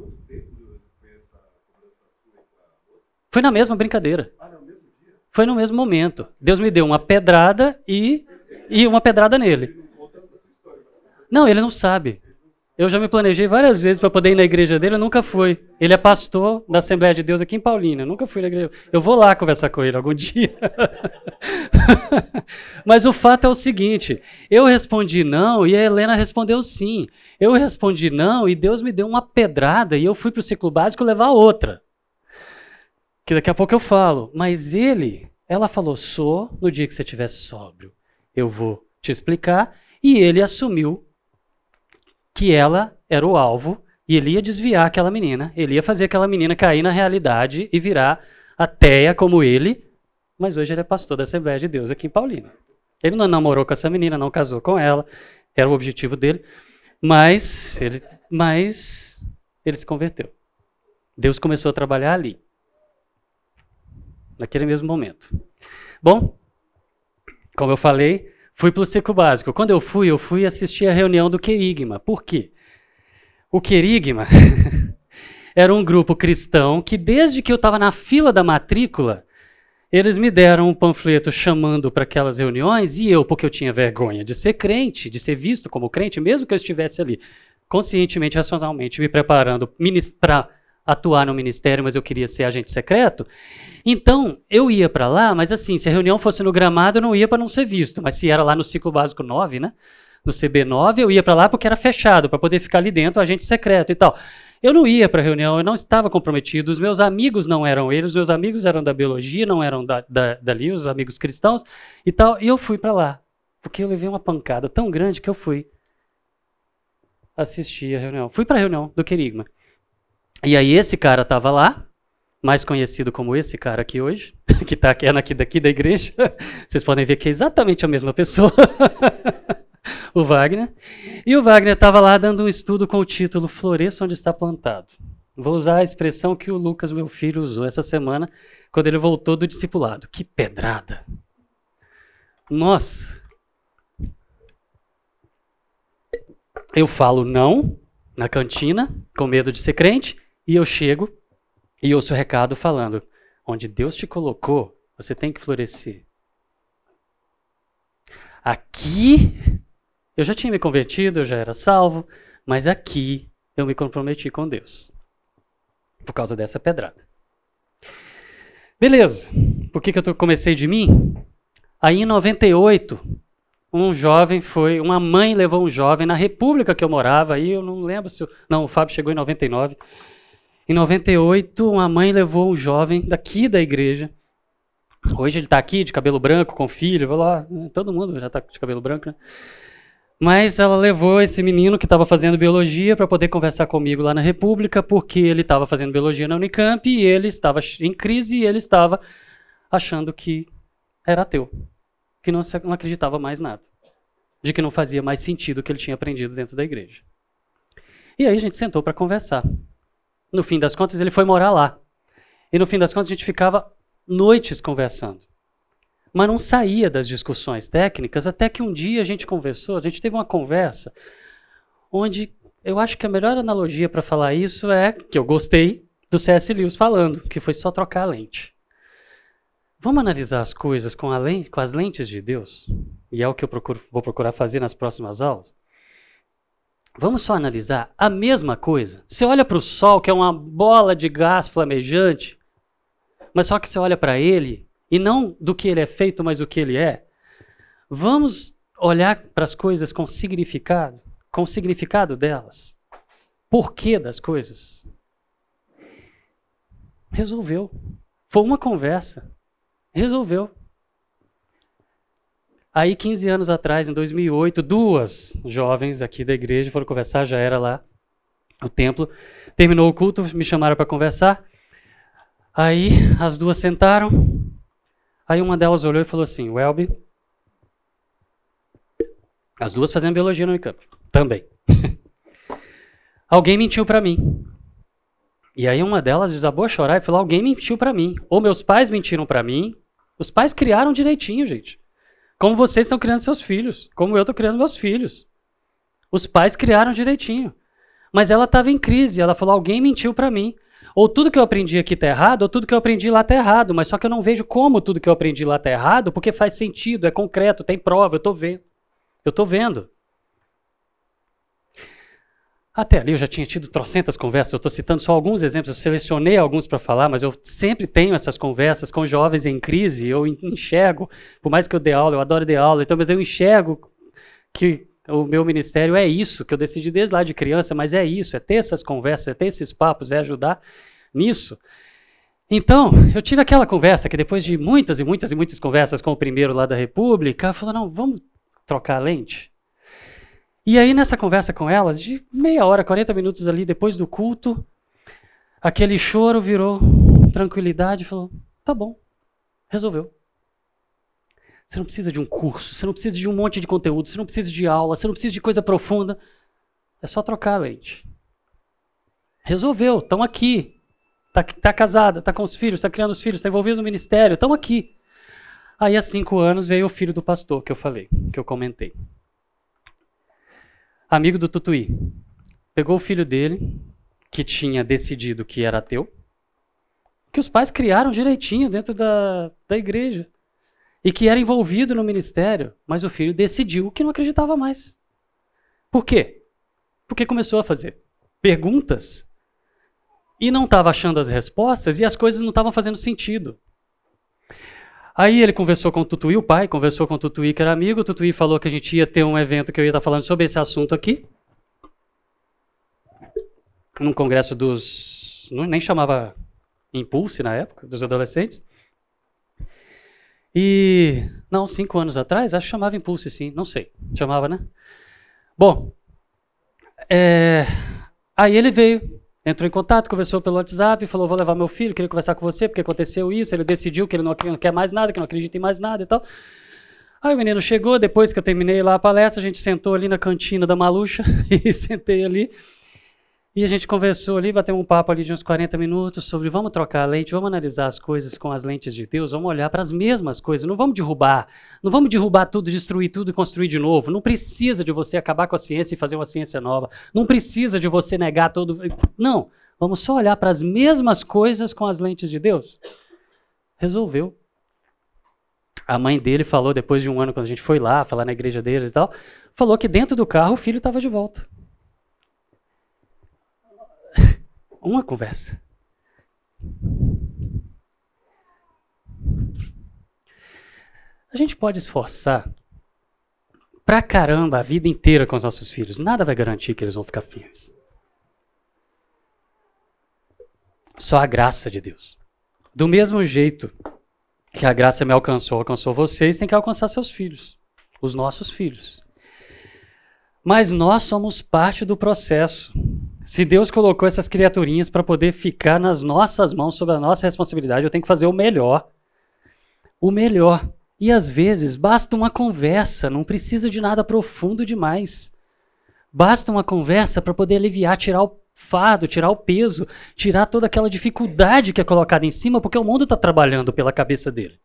Foi na mesma brincadeira. Foi no mesmo momento. Deus me deu uma pedrada e uma pedrada nele. Não, ele não sabe. Eu já me planejei várias vezes para poder ir na igreja dele, eu nunca fui. Ele é pastor da Assembleia de Deus aqui em Paulínia, eu nunca fui na igreja. Eu vou lá conversar com ele algum dia. Mas o fato é o seguinte, eu respondi não e a Helena respondeu sim. Eu respondi não e Deus me deu uma pedrada e eu fui para o ciclo básico levar outra. Que daqui a pouco eu falo. Mas ela falou, sou, no dia que você estiver sóbrio, eu vou te explicar. E ele assumiu que ela era o alvo e ele ia desviar aquela menina, ele ia fazer aquela menina cair na realidade e virar ateia como ele, mas hoje ele é pastor da Assembleia de Deus aqui em Paulínia. Ele não namorou com essa menina, não casou com ela, era o objetivo dele, mas ele se converteu. Deus começou a trabalhar ali, naquele mesmo momento. Bom, como eu falei, fui para o ciclo básico. Quando eu fui assistir a reunião do Querigma. Por quê? O Querigma era um grupo cristão que, desde que eu estava na fila da matrícula, eles me deram um panfleto chamando para aquelas reuniões e eu, porque eu tinha vergonha de ser crente, de ser visto como crente, mesmo que eu estivesse ali conscientemente, racionalmente, me preparando para atuar no ministério, mas eu queria ser agente secreto. Então, eu ia para lá, mas assim, se a reunião fosse no Gramado, eu não ia para não ser visto. Mas se era lá no ciclo básico 9, né? No CB9, eu ia para lá porque era fechado, para poder ficar ali dentro, agente secreto e tal. Eu não ia para a reunião, eu não estava comprometido, os meus amigos não eram eles, os meus amigos eram da biologia, não eram dali, os amigos cristãos e tal. E eu fui para lá, porque eu levei uma pancada tão grande que eu fui assistir a reunião. Fui para a reunião do Querigma. E aí esse cara estava lá, mais conhecido como esse cara aqui hoje, que está aqui daqui da igreja. Vocês podem ver que é exatamente a mesma pessoa. O Wagner. E o Wagner estava lá dando um estudo com o título Floresça onde está plantado. Vou usar a expressão que o Lucas, meu filho, usou essa semana, quando ele voltou do discipulado. Que pedrada! Nossa! Eu falo não na cantina, com medo de ser crente, e eu chego e ouço o recado falando, onde Deus te colocou, você tem que florescer. Aqui, eu já tinha me convertido, eu já era salvo, mas aqui eu me comprometi com Deus. Por causa dessa pedrada. Beleza. Por que eu comecei de mim? Aí em 98, uma mãe levou um jovem na república que eu morava, aí eu não lembro se... Não, o Fábio chegou em 99. Em 98, uma mãe levou um jovem daqui da igreja. Hoje ele está aqui de cabelo branco, com filho, lá, todo mundo já está de cabelo branco, né? Mas ela levou esse menino que estava fazendo biologia para poder conversar comigo lá na República, porque ele estava fazendo biologia na Unicamp e ele estava em crise e ele estava achando que era ateu, que não acreditava mais nada, de que não fazia mais sentido o que ele tinha aprendido dentro da igreja. E aí a gente sentou para conversar. No fim das contas, ele foi morar lá. E no fim das contas, a gente ficava noites conversando. Mas não saía das discussões técnicas, até que um dia a gente conversou, a gente teve uma conversa, onde eu acho que a melhor analogia para falar isso é, que eu gostei, do C.S. Lewis falando, que foi só trocar a lente. Vamos analisar as coisas com as lentes de Deus? E é o que eu vou procurar fazer nas próximas aulas. Vamos só analisar a mesma coisa. Você olha para o Sol, que é uma bola de gás flamejante, mas só que você olha para ele, e não do que ele é feito, mas o que ele é. Vamos olhar para as coisas com o significado delas. Porquê das coisas. Resolveu. Foi uma conversa. Resolveu. Aí, 15 anos atrás, em 2008, duas jovens aqui da igreja foram conversar, já era lá o templo. Terminou o culto, me chamaram para conversar. Aí, as duas sentaram. Aí, uma delas olhou e falou assim, Welby, as duas fazendo biologia no Unicamp, também. Alguém mentiu para mim. E aí, uma delas desabou a chorar e falou, alguém mentiu para mim. Ou meus pais mentiram para mim. Os pais criaram direitinho, gente. Como vocês estão criando seus filhos, como eu estou criando meus filhos. Os pais criaram direitinho. Mas ela estava em crise, ela falou, alguém mentiu para mim. Ou tudo que eu aprendi aqui está errado, ou tudo que eu aprendi lá está errado. Mas só que eu não vejo como tudo que eu aprendi lá está errado, porque faz sentido, é concreto, tem prova, eu estou vendo. Eu estou vendo. Até ali eu já tinha tido trocentas conversas, eu estou citando só alguns exemplos, eu selecionei alguns para falar, mas eu sempre tenho essas conversas com jovens em crise, eu enxergo, por mais que eu dê aula, eu adoro dar aula, então, mas eu enxergo que o meu ministério é isso, que eu decidi desde lá de criança, mas é isso, é ter essas conversas, é ter esses papos, é ajudar nisso. Então, eu tive aquela conversa que depois de muitas e muitas e muitas conversas com o primeiro lá da República, falou, não, vamos trocar a lente? E aí, nessa conversa com elas, de meia hora, 40 minutos ali, depois do culto, aquele choro virou tranquilidade e falou, tá bom, resolveu. Você não precisa de um curso, você não precisa de um monte de conteúdo, você não precisa de aula, você não precisa de coisa profunda. É só trocar a lente. Resolveu, estão aqui. Tá casada, tá com os filhos, tá criando os filhos, tá envolvido no ministério, estão aqui. Aí, há 5 anos, veio o filho do pastor, que eu falei, que eu comentei. Amigo do Tutuí, pegou o filho dele, que tinha decidido que era ateu, que os pais criaram direitinho dentro da igreja, e que era envolvido no ministério, mas o filho decidiu que não acreditava mais. Por quê? Porque começou a fazer perguntas e não estava achando as respostas e as coisas não estavam fazendo sentido. Aí ele conversou com o Tutuí, o pai conversou com o Tutuí, que era amigo, o Tutuí falou que a gente ia ter um evento que eu ia estar falando sobre esse assunto aqui, num congresso dos... nem chamava Impulse na época, dos adolescentes. E... não, 5 anos atrás, acho que chamava Impulse, sim, não sei, chamava, né? Bom, aí ele veio, entrou em contato, conversou pelo WhatsApp, falou, vou levar meu filho, queria conversar com você, porque aconteceu isso, ele decidiu que ele não quer mais nada, que não acredita em mais nada e tal. Aí o menino chegou, depois que eu terminei lá a palestra, a gente sentou ali na cantina da Maluxa, e sentei ali, e a gente conversou ali, bateu um papo ali de uns 40 minutos sobre vamos trocar a lente, vamos analisar as coisas com as lentes de Deus, vamos olhar para as mesmas coisas, não vamos derrubar tudo, destruir tudo e construir de novo. Não precisa de você acabar com a ciência e fazer uma ciência nova. Não precisa de você negar todo... Não, vamos só olhar para as mesmas coisas com as lentes de Deus. Resolveu. A mãe dele falou, depois de um ano, quando a gente foi lá, falar na igreja deles e tal, falou que dentro do carro o filho estava de volta. Uma conversa. A gente pode esforçar pra caramba a vida inteira com os nossos filhos. Nada vai garantir que eles vão ficar firmes. Só a graça de Deus. Do mesmo jeito que a graça me alcançou, alcançou vocês, tem que alcançar seus filhos, os nossos filhos. Mas nós somos parte do processo. Se Deus colocou essas criaturinhas para poder ficar nas nossas mãos, sob a nossa responsabilidade, eu tenho que fazer o melhor. O melhor. E às vezes basta uma conversa, não precisa de nada profundo demais. Basta uma conversa para poder aliviar, tirar o fardo, tirar o peso, tirar toda aquela dificuldade que é colocada em cima, porque o mundo está trabalhando pela cabeça dele.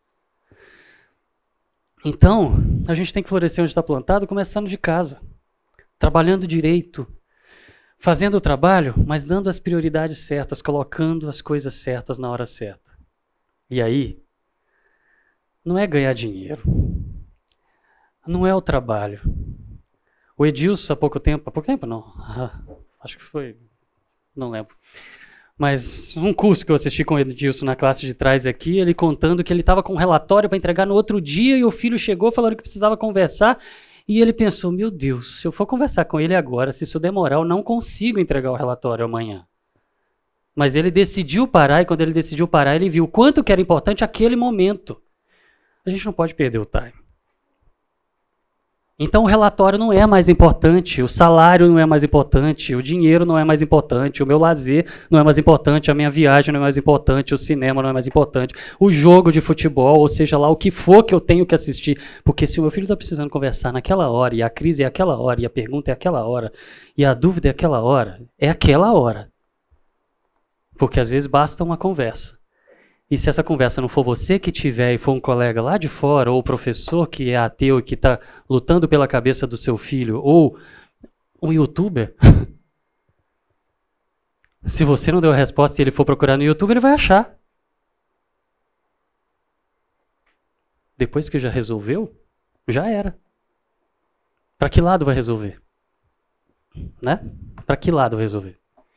Então, a gente tem que florescer onde está plantado, começando de casa. Trabalhando direito, fazendo o trabalho, mas dando as prioridades certas, colocando as coisas certas na hora certa. E aí, não é ganhar dinheiro, não é o trabalho. O Edilson, há pouco tempo não, acho que foi, não lembro, mas um curso que eu assisti com o Edilson na classe de trás aqui, ele contando que ele estava com um relatório para entregar no outro dia e o filho chegou falando que precisava conversar e ele pensou, meu Deus, se eu for conversar com ele agora, se isso demorar, eu não consigo entregar o relatório amanhã. Mas ele decidiu parar e quando ele decidiu parar, ele viu o quanto que era importante aquele momento. A gente não pode perder o time. Então o relatório não é mais importante, o salário não é mais importante, o dinheiro não é mais importante, o meu lazer não é mais importante, a minha viagem não é mais importante, o cinema não é mais importante, o jogo de futebol, ou seja lá o que for que eu tenho que assistir. Porque se o meu filho está precisando conversar naquela hora, e a crise é aquela hora, e a pergunta é aquela hora, e a dúvida é aquela hora, é aquela hora. Porque às vezes basta uma conversa. E se essa conversa não for você que tiver e for um colega lá de fora, ou o professor que é ateu e que está lutando pela cabeça do seu filho, ou um youtuber, se você não deu a resposta e ele for procurar no YouTube, ele vai achar. Depois que já resolveu, já era. Para que lado vai resolver? Né? Para que lado vai resolver?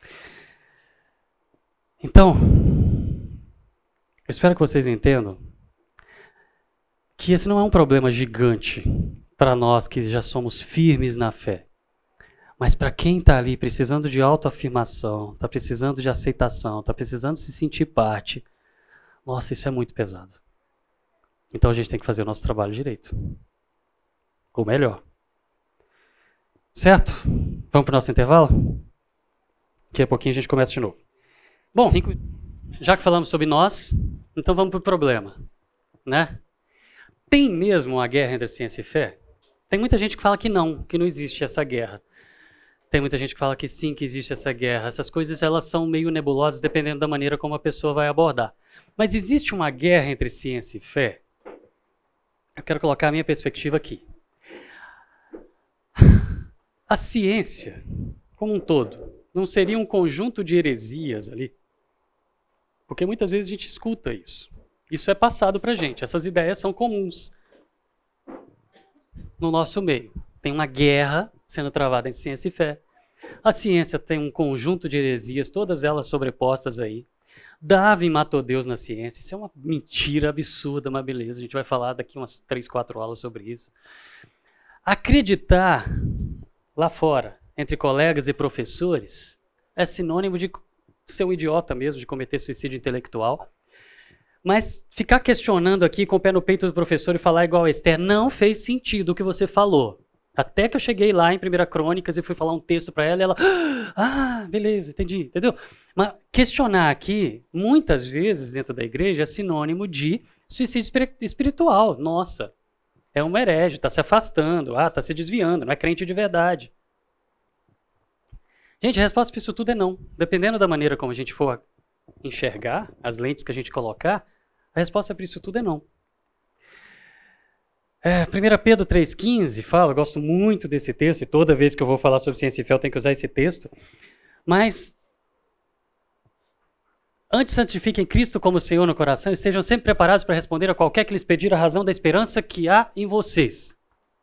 Então, eu espero que vocês entendam que esse não é um problema gigante para nós que já somos firmes na fé. Mas para quem está ali precisando de autoafirmação, está precisando de aceitação, está precisando se sentir parte, nossa, isso é muito pesado. Então a gente tem que fazer o nosso trabalho direito. Ou melhor. Certo? Vamos para o nosso intervalo? Daqui a pouquinho a gente começa de novo. Bom, já que falamos sobre nós, então vamos para o problema, né? Tem mesmo uma guerra entre ciência e fé? Tem muita gente que fala que não existe essa guerra. Tem muita gente que fala que sim, que existe essa guerra. Essas coisas elas são meio nebulosas dependendo da maneira como a pessoa vai abordar. Mas existe uma guerra entre ciência e fé? Eu quero colocar a minha perspectiva aqui. A ciência, como um todo, não seria um conjunto de heresias ali? Porque muitas vezes a gente escuta isso. Isso é passado para a gente. Essas ideias são comuns no nosso meio. Tem uma guerra sendo travada entre ciência e fé. A ciência tem um conjunto de heresias, todas elas sobrepostas aí. Darwin matou Deus na ciência. Isso é uma mentira absurda, mas beleza. A gente vai falar daqui umas 3, 4 aulas sobre isso. Acreditar lá fora, entre colegas e professores, é sinônimo de ser um idiota mesmo, de cometer suicídio intelectual. Mas ficar questionando aqui com o pé no peito do professor e falar igual a Esther, não fez sentido o que você falou. Até que eu cheguei lá em 1 Crônicas e fui falar um texto para ela e ela, beleza, entendi, entendeu? Mas questionar aqui, muitas vezes dentro da igreja, é sinônimo de suicídio espiritual. Nossa, é um herege, está se afastando, está se desviando, não é crente de verdade. Gente, a resposta para isso tudo é não. Dependendo da maneira como a gente for enxergar, as lentes que a gente colocar, a resposta para isso tudo é não. 1 Pedro 3,15 fala, eu gosto muito desse texto, e toda vez que eu vou falar sobre ciência e fé eu tenho que usar esse texto, mas antes santifiquem Cristo como Senhor no coração, estejam sempre preparados para responder a qualquer que lhes pedir a razão da esperança que há em vocês.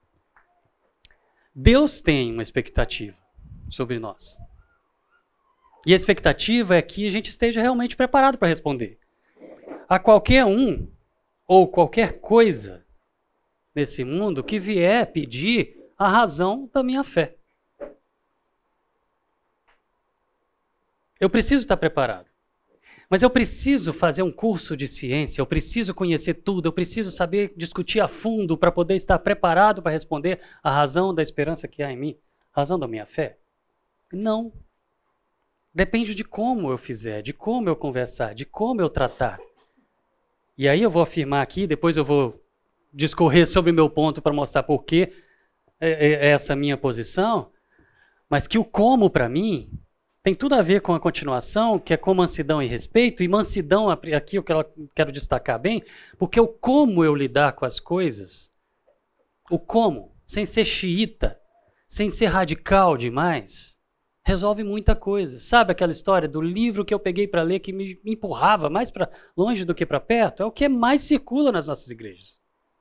Deus tem uma expectativa sobre nós. E a expectativa é que a gente esteja realmente preparado para responder. A qualquer um, ou qualquer coisa nesse mundo que vier pedir a razão da minha fé. Eu preciso estar preparado. Mas eu preciso fazer um curso de ciência, eu preciso conhecer tudo, eu preciso saber discutir a fundo para poder estar preparado para responder a razão da esperança que há em mim, a razão da minha fé? Não. Depende de como eu fizer, de como eu conversar, de como eu tratar. E aí eu vou afirmar aqui, depois eu vou discorrer sobre o meu ponto para mostrar por que é essa minha posição, mas que o como para mim tem tudo a ver com a continuação, que é com mansidão e respeito, e mansidão, aqui eu quero destacar bem, porque o como eu lidar com as coisas, o como, sem ser xiita, sem ser radical demais, resolve muita coisa. Sabe aquela história do livro que eu peguei para ler que me empurrava mais para longe do que para perto? É o que mais circula nas nossas igrejas.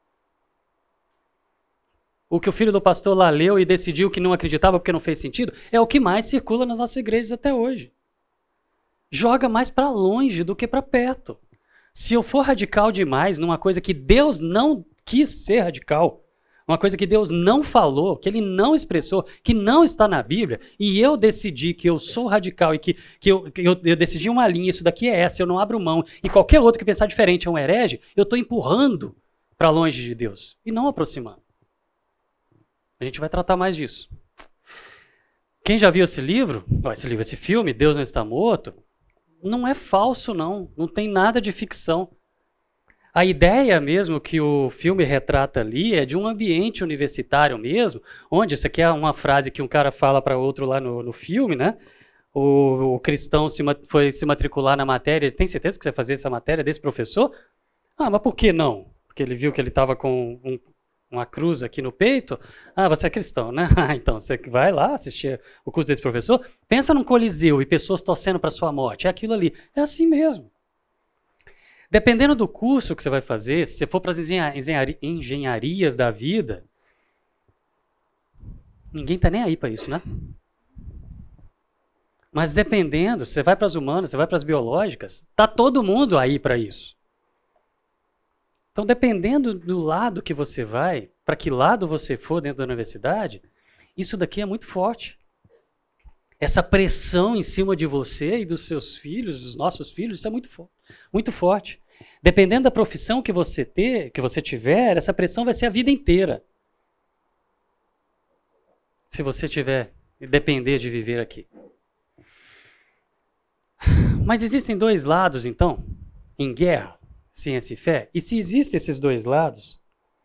O que o filho do pastor lá leu e decidiu que não acreditava porque não fez sentido, é o que mais circula nas nossas igrejas até hoje. Joga mais para longe do que para perto. Se eu for radical demais numa coisa que Deus não quis ser radical, uma coisa que Deus não falou, que Ele não expressou, que não está na Bíblia, e eu decidi que eu sou radical e que eu decidi uma linha, isso daqui é essa, eu não abro mão, e qualquer outro que pensar diferente é um herege, eu estou empurrando para longe de Deus e não aproximando. A gente vai tratar mais disso. Quem já viu esse filme, Deus Não Está Morto, não é falso, não. Não tem nada de ficção. A ideia mesmo que o filme retrata ali é de um ambiente universitário mesmo, onde, isso aqui é uma frase que um cara fala para outro lá no filme, né? O cristão foi se matricular na matéria, tem certeza que você vai fazer essa matéria desse professor? Ah, mas por que não? Porque ele viu que ele estava com uma cruz aqui no peito. Ah, você é cristão, né? Então você vai lá assistir o curso desse professor. Pensa num coliseu e pessoas torcendo para sua morte. É aquilo ali. É assim mesmo. Dependendo do curso que você vai fazer, se você for para as engenharias da vida, ninguém está nem aí para isso, né? Mas dependendo, você vai para as humanas, você vai para as biológicas, está todo mundo aí para isso. Então, dependendo do lado que você vai, para que lado você for dentro da universidade, isso daqui é muito forte. Essa pressão em cima de você e dos seus filhos, dos nossos filhos, isso é muito forte. Dependendo da profissão que você tiver, essa pressão vai ser a vida inteira. Se você tiver e depender de viver aqui. Mas existem dois lados, então, em guerra. Ciência e fé? E se existem esses dois lados,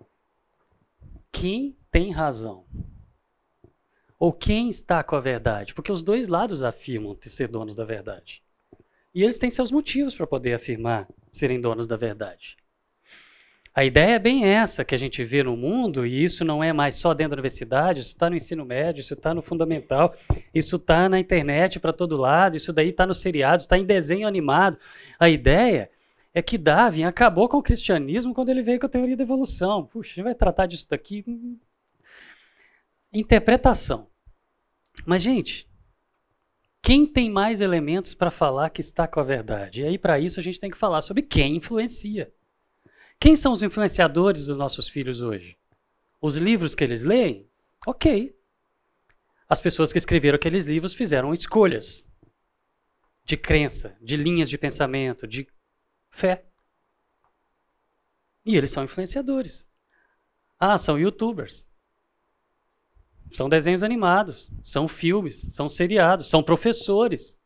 quem tem razão? Ou quem está com a verdade? Porque os dois lados afirmam ser donos da verdade. E eles têm seus motivos para poder afirmar serem donos da verdade. A ideia é bem essa que a gente vê no mundo, e isso não é mais só dentro da universidade, isso está no ensino médio, isso está no fundamental, isso está na internet para todo lado, isso daí está nos seriados, está em desenho animado. A ideia é que Darwin acabou com o cristianismo quando ele veio com a teoria da evolução. Puxa, a gente vai tratar disso daqui. Interpretação. Mas, gente, quem tem mais elementos para falar que está com a verdade? E aí, para isso, a gente tem que falar sobre quem influencia. Quem são os influenciadores dos nossos filhos hoje? Os livros que eles leem? Ok. As pessoas que escreveram aqueles livros fizeram escolhas de crença, de linhas de pensamento, de fé. E eles são influenciadores. Ah, são youtubers. São desenhos animados, são filmes, são seriados, são professores.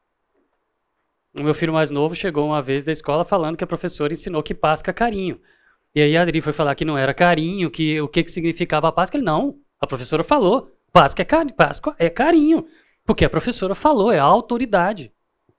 O meu filho mais novo chegou uma vez da escola falando que a professora ensinou que Páscoa é carinho. E aí a Adri foi falar que não era carinho, que o que significava a Páscoa. Ele, não, a professora falou, Páscoa é carinho. Porque a professora falou, é a autoridade.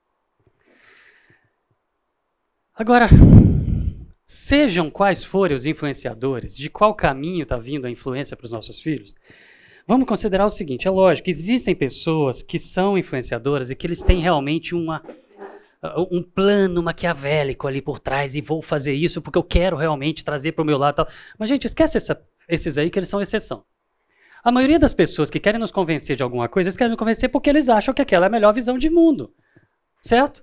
Agora, sejam quais forem os influenciadores, de qual caminho está vindo a influência para os nossos filhos, vamos considerar o seguinte, é lógico, existem pessoas que são influenciadoras e que eles têm realmente um plano maquiavélico ali por trás e vou fazer isso porque eu quero realmente trazer para o meu lado. Tal. Mas, gente, esquece esses aí que eles são exceção. A maioria das pessoas que querem nos convencer de alguma coisa, eles querem nos convencer porque eles acham que aquela é a melhor visão de mundo. Certo?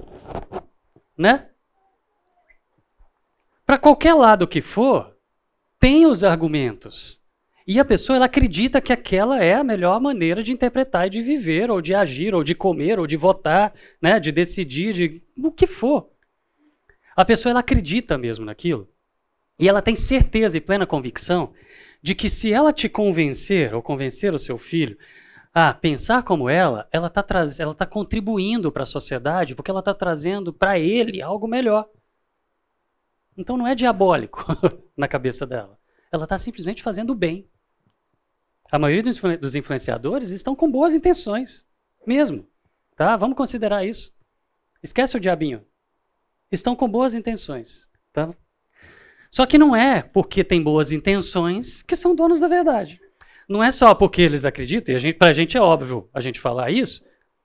Né? Para qualquer lado que for, tem os argumentos. E a pessoa ela acredita que aquela é a melhor maneira de interpretar e de viver, ou de agir, ou de comer, ou de votar, né, de decidir, de o que for. A pessoa ela acredita mesmo naquilo. E ela tem certeza e plena convicção de que se ela te convencer, ou convencer o seu filho, a pensar como ela está contribuindo para a sociedade, porque ela está trazendo para ele algo melhor. Então não é diabólico na cabeça dela. Ela está simplesmente fazendo o bem. A maioria dos influenciadores estão com boas intenções, mesmo. Tá? Vamos considerar isso. Esquece o diabinho. Estão com boas intenções. Tá? Só que não é porque tem boas intenções que são donos da verdade. Não é só porque eles acreditam, e para a gente é óbvio a gente falar isso,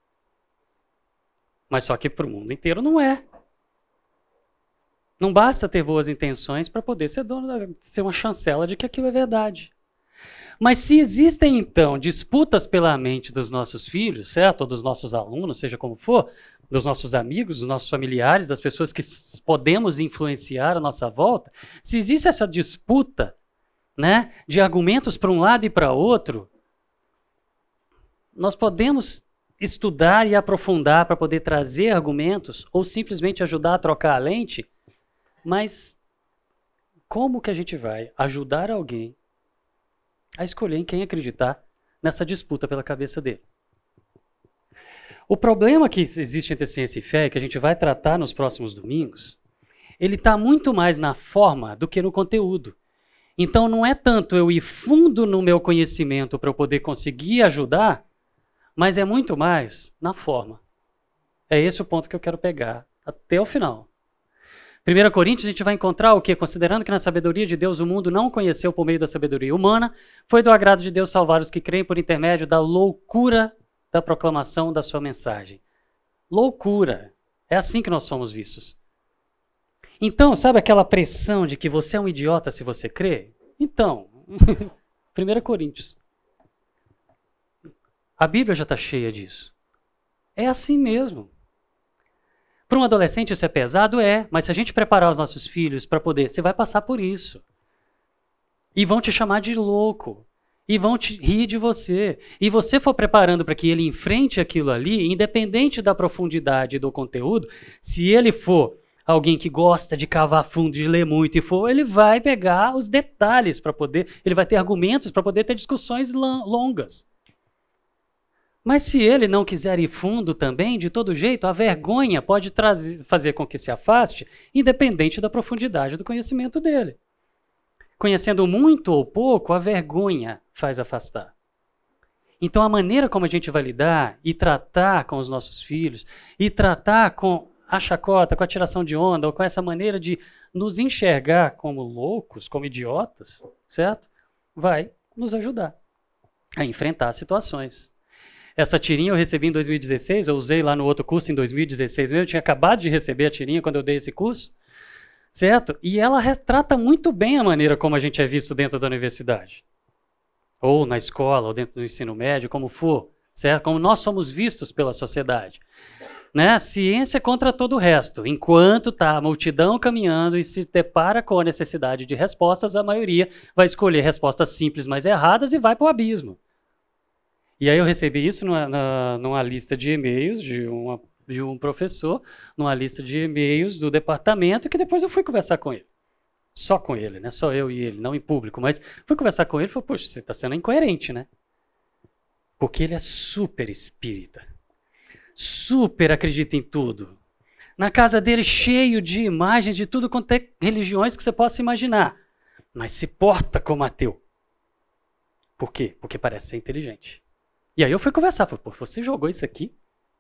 mas só que para o mundo inteiro não é. Não basta ter boas intenções para poder ser dono, ser uma chancela de que aquilo é verdade. Mas se existem, então, disputas pela mente dos nossos filhos, certo? Ou dos nossos alunos, seja como for, dos nossos amigos, dos nossos familiares, das pessoas que podemos influenciar à nossa volta, se existe essa disputa, né, de argumentos para um lado e para outro, nós podemos estudar e aprofundar para poder trazer argumentos ou simplesmente ajudar a trocar a lente, mas como que a gente vai ajudar alguém a escolher em quem acreditar nessa disputa pela cabeça dele? O problema que existe entre ciência e fé, que a gente vai tratar nos próximos domingos, ele está muito mais na forma do que no conteúdo. Então não é tanto eu ir fundo no meu conhecimento para eu poder conseguir ajudar, mas é muito mais na forma. É esse o ponto que eu quero pegar até o final. 1 Coríntios a gente vai encontrar o quê? Considerando que na sabedoria de Deus o mundo não conheceu por meio da sabedoria humana, foi do agrado de Deus salvar os que creem por intermédio da loucura da proclamação da sua mensagem. Loucura. É assim que nós somos vistos. Então, sabe aquela pressão de que você é um idiota se você crê? Então, 1 Coríntios. A Bíblia já está cheia disso. É assim mesmo. Para um adolescente isso é pesado? É. Mas se a gente preparar os nossos filhos para poder... Você vai passar por isso. E vão te chamar de louco. E vão te rir de você. E você for preparando para que ele enfrente aquilo ali, independente da profundidade do conteúdo, se ele for alguém que gosta de cavar fundo, de ler muito e for, ele vai pegar os detalhes para poder... Ele vai ter argumentos para poder ter discussões longas. Mas se ele não quiser ir fundo também, de todo jeito, a vergonha pode fazer com que se afaste, independente da profundidade do conhecimento dele. Conhecendo muito ou pouco, a vergonha faz afastar. Então a maneira como a gente vai lidar e tratar com os nossos filhos, e tratar com a chacota, com a tiração de onda, ou com essa maneira de nos enxergar como loucos, como idiotas, certo? Vai nos ajudar a enfrentar situações. Essa tirinha eu recebi em 2016, eu usei lá no outro curso em 2016 mesmo, eu tinha acabado de receber a tirinha quando eu dei esse curso, certo? E ela retrata muito bem a maneira como a gente é visto dentro da universidade. Ou na escola, ou dentro do ensino médio, como for, certo? Como nós somos vistos pela sociedade. Né? Ciência contra todo o resto. Enquanto está a multidão caminhando e se depara com a necessidade de respostas, a maioria vai escolher respostas simples, mas erradas e vai para o abismo. E aí eu recebi isso numa lista de e-mails de um professor, numa lista de e-mails do departamento, que depois eu fui conversar com ele. Só com ele, né? Só eu e ele, não em público. Mas fui conversar com ele e falei, poxa, você está sendo incoerente, né? Porque ele é super espírita. Super acredita em tudo. Na casa dele cheio de imagens de tudo quanto é religiões que você possa imaginar. Mas se porta como ateu. Por quê? Porque parece ser inteligente. E aí eu fui conversar, falei, pô, você jogou isso aqui?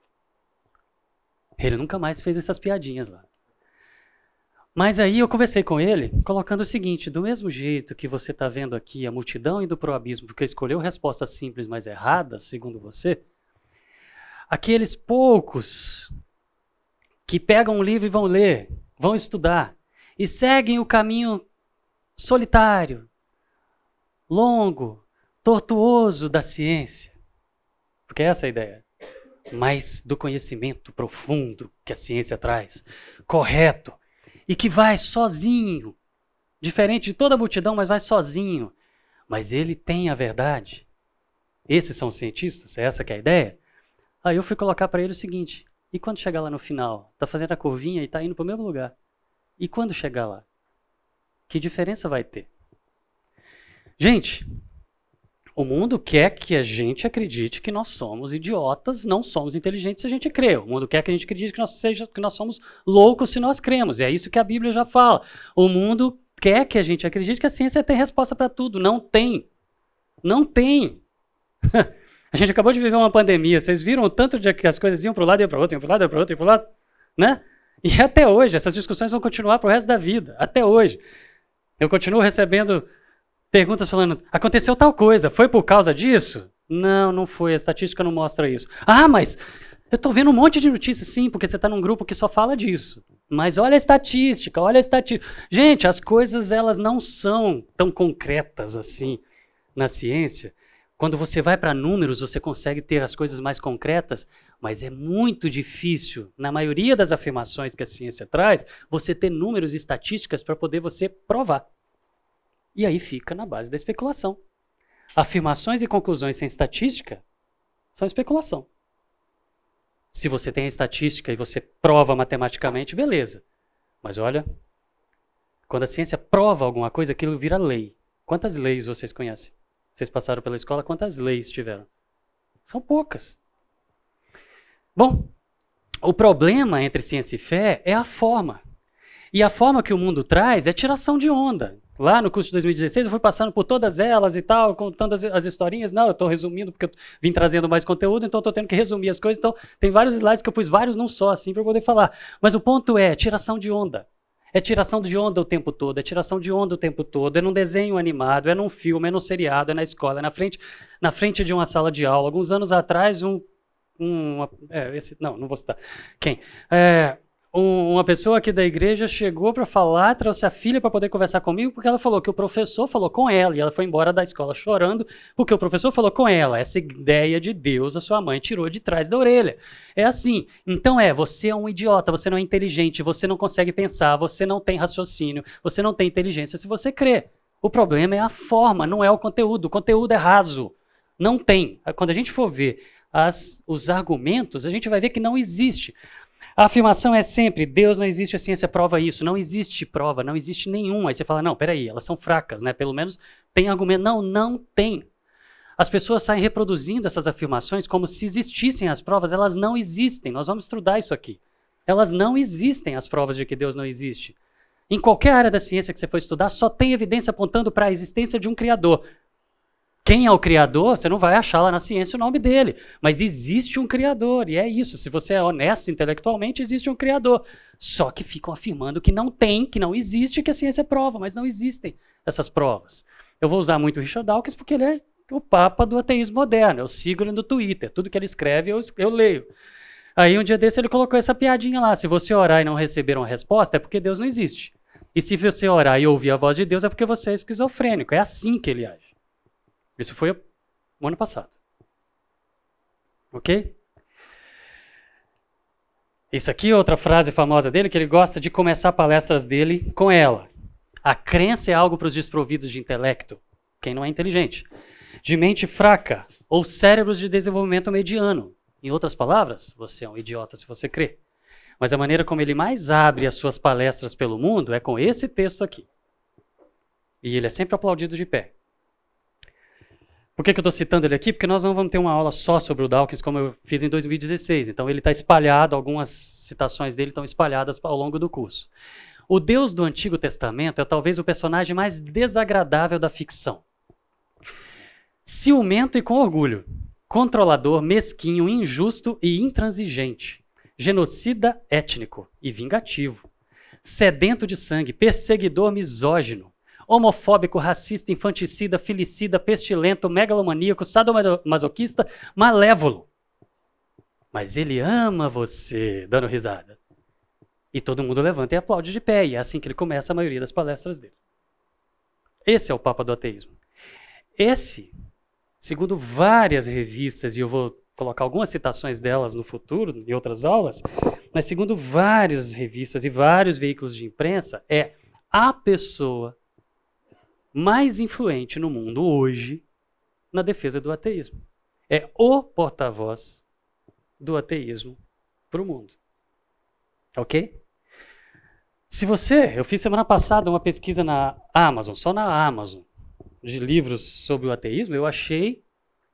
Ele nunca mais fez essas piadinhas lá. Mas aí eu conversei com ele, colocando o seguinte, do mesmo jeito que você está vendo aqui a multidão indo para o abismo porque escolheu respostas simples, mas erradas, segundo você, aqueles poucos que pegam um livro e vão ler, vão estudar, e seguem o caminho solitário, longo, tortuoso da ciência, porque essa é a ideia, mas do conhecimento profundo que a ciência traz, correto, e que vai sozinho diferente de toda a multidão, mas vai sozinho. Mas ele tem a verdade. Esses são os cientistas? Essa que é a ideia? Aí eu fui colocar para ele o seguinte, e quando chegar lá no final? Está fazendo a curvinha e está indo para o mesmo lugar. E quando chegar lá? Que diferença vai ter? Gente, o mundo quer que a gente acredite que nós somos idiotas, não somos inteligentes se a gente crê. O mundo quer que a gente acredite que nós somos loucos se nós cremos. E é isso que a Bíblia já fala. O mundo quer que a gente acredite que a ciência tem resposta para tudo. Não tem. Não tem. A gente acabou de viver uma pandemia. Vocês viram o tanto de que as coisas iam para um lado e iam para o outro, iam para o lado, iam para o outro, iam para o lado? Né? E até hoje, essas discussões vão continuar para o resto da vida. Até hoje. Eu continuo recebendo perguntas falando, aconteceu tal coisa, foi por causa disso? Não, não foi, a estatística não mostra isso. Ah, mas eu estou vendo um monte de notícias, sim, porque você está num grupo que só fala disso. Mas olha a estatística, olha a estatística. Gente, as coisas elas não são tão concretas assim na ciência. Quando você vai para números, você consegue ter as coisas mais concretas, mas é muito difícil, na maioria das afirmações que a ciência traz, você ter números e estatísticas para poder você provar. E aí fica na base da especulação. Afirmações e conclusões sem estatística são especulação. Se você tem a estatística e você prova matematicamente, beleza. Mas olha, quando a ciência prova alguma coisa, aquilo vira lei. Quantas leis vocês conhecem? Vocês passaram pela escola, quantas leis tiveram? São poucas. Bom, o problema entre ciência e fé é a forma. E a forma que o mundo traz é tiração de onda. Lá no curso de 2016 eu fui passando por todas elas e tal, contando as historinhas. Não, eu estou resumindo porque eu vim trazendo mais conteúdo, então eu estou tendo que resumir as coisas. Então tem vários slides que eu pus vários num só, assim, para eu poder falar. Mas o ponto é tiração de onda. É tiração de onda o tempo todo, é tiração de onda o tempo todo. É num desenho animado, é num filme, é num seriado, é na escola, é na frente de uma sala de aula. Alguns anos atrás, não vou citar. Quem? Uma pessoa aqui da igreja chegou para falar, trouxe a filha para poder conversar comigo, porque ela falou que o professor falou com ela, e ela foi embora da escola chorando, porque o professor falou com ela. Essa ideia de Deus, a sua mãe tirou de trás da orelha. É assim. Então você é um idiota, você não é inteligente, você não consegue pensar, você não tem raciocínio, você não tem inteligência se você crê. O problema é a forma, não é o conteúdo. O conteúdo é raso. Não tem. Quando a gente for ver os argumentos, a gente vai ver que não existe. A afirmação é sempre, Deus não existe, a ciência prova isso. Não existe prova, não existe nenhum. Aí você fala, não, peraí, elas são fracas, né? Pelo menos tem argumento. Não, não tem. As pessoas saem reproduzindo essas afirmações como se existissem as provas. Elas não existem. Nós vamos estudar isso aqui. Elas não existem, as provas de que Deus não existe. Em qualquer área da ciência que você for estudar, só tem evidência apontando para a existência de um criador. Quem é o criador, você não vai achar lá na ciência o nome dele. Mas existe um criador, e é isso. Se você é honesto intelectualmente, existe um criador. Só que ficam afirmando que não tem, que não existe, que a ciência prova, mas não existem essas provas. Eu vou usar muito o Richard Dawkins porque ele é o papa do ateísmo moderno. Eu sigo ele no Twitter. Tudo que ele escreve, eu leio. Aí um dia desse ele colocou essa piadinha lá. Se você orar e não receber uma resposta, é porque Deus não existe. E se você orar e ouvir a voz de Deus, é porque você é esquizofrênico. É assim que ele age. Isso foi o ano passado. Ok? Isso aqui é outra frase famosa dele, que ele gosta de começar palestras dele com ela. A crença é algo para os desprovidos de intelecto, quem não é inteligente. De mente fraca, ou cérebros de desenvolvimento mediano. Em outras palavras, você é um idiota se você crê. Mas a maneira como ele mais abre as suas palestras pelo mundo é com esse texto aqui. E ele é sempre aplaudido de pé. Por que eu estou citando ele aqui? Porque nós não vamos ter uma aula só sobre o Dawkins como eu fiz em 2016. Então ele está espalhado, algumas citações dele estão espalhadas ao longo do curso. O Deus do Antigo Testamento é talvez o personagem mais desagradável da ficção. Ciumento e com orgulho. Controlador, mesquinho, injusto e intransigente. Genocida étnico e vingativo. Sedento de sangue, perseguidor misógino. Homofóbico, racista, infanticida, filicida, pestilento, megalomaníaco, sadomasoquista, malévolo. Mas ele ama você, dando risada. E todo mundo levanta e aplaude de pé, e é assim que ele começa a maioria das palestras dele. Esse é o Papa do Ateísmo. Esse, segundo várias revistas, e eu vou colocar algumas citações delas no futuro, em outras aulas, mas segundo várias revistas e vários veículos de imprensa, é a pessoa mais influente no mundo hoje na defesa do ateísmo. É o porta-voz do ateísmo para o mundo. Ok? Eu fiz semana passada uma pesquisa na Amazon, só na Amazon, de livros sobre o ateísmo, eu achei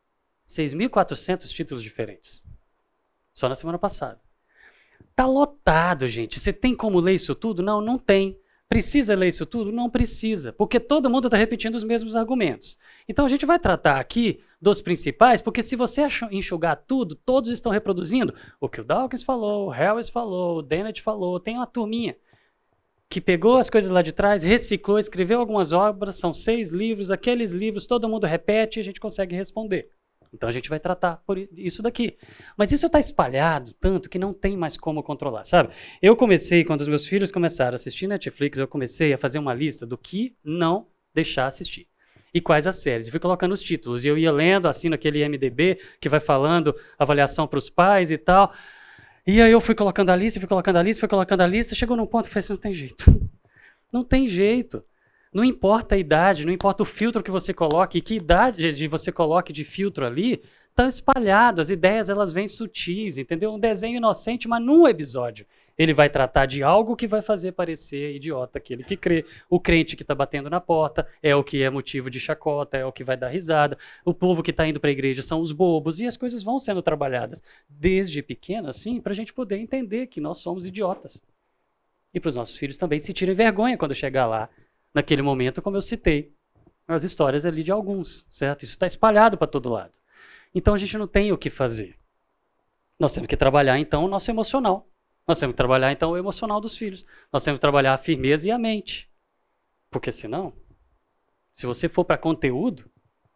6.400 títulos diferentes. Só na semana passada. Tá lotado, gente. Você tem como ler isso tudo? Não, não tem. Precisa ler isso tudo? Não precisa, porque todo mundo está repetindo os mesmos argumentos. Então a gente vai tratar aqui dos principais, porque se você enxugar tudo, todos estão reproduzindo o que o Dawkins falou, o Harris falou, o Dennett falou, tem uma turminha que pegou as coisas lá de trás, reciclou, escreveu algumas obras, são 6 livros, aqueles livros todo mundo repete e a gente consegue responder. Então a gente vai tratar por isso daqui. Mas isso está espalhado tanto que não tem mais como controlar, sabe? Eu comecei, quando os meus filhos começaram a assistir Netflix, eu comecei a fazer uma lista do que não deixar assistir. E quais as séries. E fui colocando os títulos. E eu ia lendo, assino aquele IMDb, que vai falando avaliação para os pais e tal. E aí eu fui colocando a lista, chegou num ponto que eu falei assim, não tem jeito. Não tem jeito. Não importa a idade, não importa o filtro que você coloque, que idade você coloque de filtro ali, está espalhado, as ideias elas vêm sutis, entendeu? Um desenho inocente, mas num episódio ele vai tratar de algo que vai fazer parecer idiota aquele que crê, o crente que está batendo na porta, é o que é motivo de chacota, é o que vai dar risada, o povo que está indo para a igreja são os bobos, e as coisas vão sendo trabalhadas desde pequeno, assim, para a gente poder entender que nós somos idiotas. E para os nossos filhos também se tirem vergonha quando chegar lá, naquele momento, como eu citei, as histórias ali de alguns, certo? Isso está espalhado para todo lado. Então a gente não tem o que fazer. Nós temos que trabalhar, então, o nosso emocional. Nós temos que trabalhar, então, o emocional dos filhos. Nós temos que trabalhar a firmeza e a mente. Porque senão, se você for para conteúdo,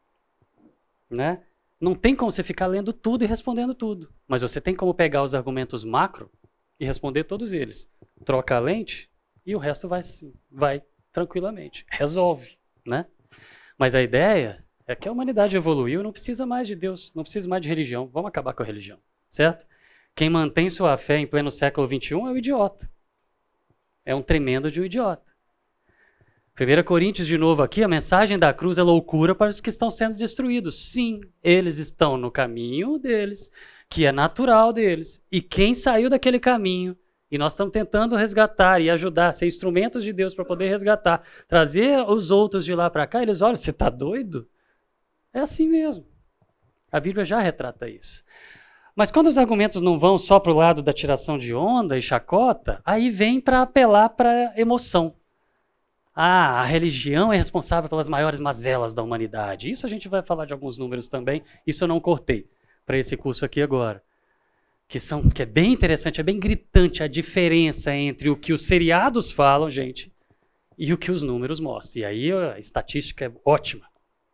né, não tem como você ficar lendo tudo e respondendo tudo. Mas você tem como pegar os argumentos macro e responder todos eles. Troca a lente e o resto vai tranquilamente. Resolve, né? Mas a ideia é que a humanidade evoluiu e não precisa mais de Deus, não precisa mais de religião. Vamos acabar com a religião, certo? Quem mantém sua fé em pleno século XXI é o idiota. É um tremendo de um idiota. 1 Coríntios, de novo aqui, a mensagem da cruz é loucura para os que estão sendo destruídos. Sim, eles estão no caminho deles, que é natural deles. E quem saiu daquele caminho, e nós estamos tentando resgatar e ajudar, ser instrumentos de Deus para poder resgatar, trazer os outros de lá para cá, eles olham, você está doido? É assim mesmo. A Bíblia já retrata isso. Mas quando os argumentos não vão só para o lado da tiração de onda e chacota, aí vem para apelar para a emoção. Ah, a religião é responsável pelas maiores mazelas da humanidade. Isso a gente vai falar de alguns números também, isso eu não cortei para esse curso aqui agora. Que é bem interessante, é bem gritante a diferença entre o que os seriados falam, gente, e o que os números mostram. E aí a estatística é ótima.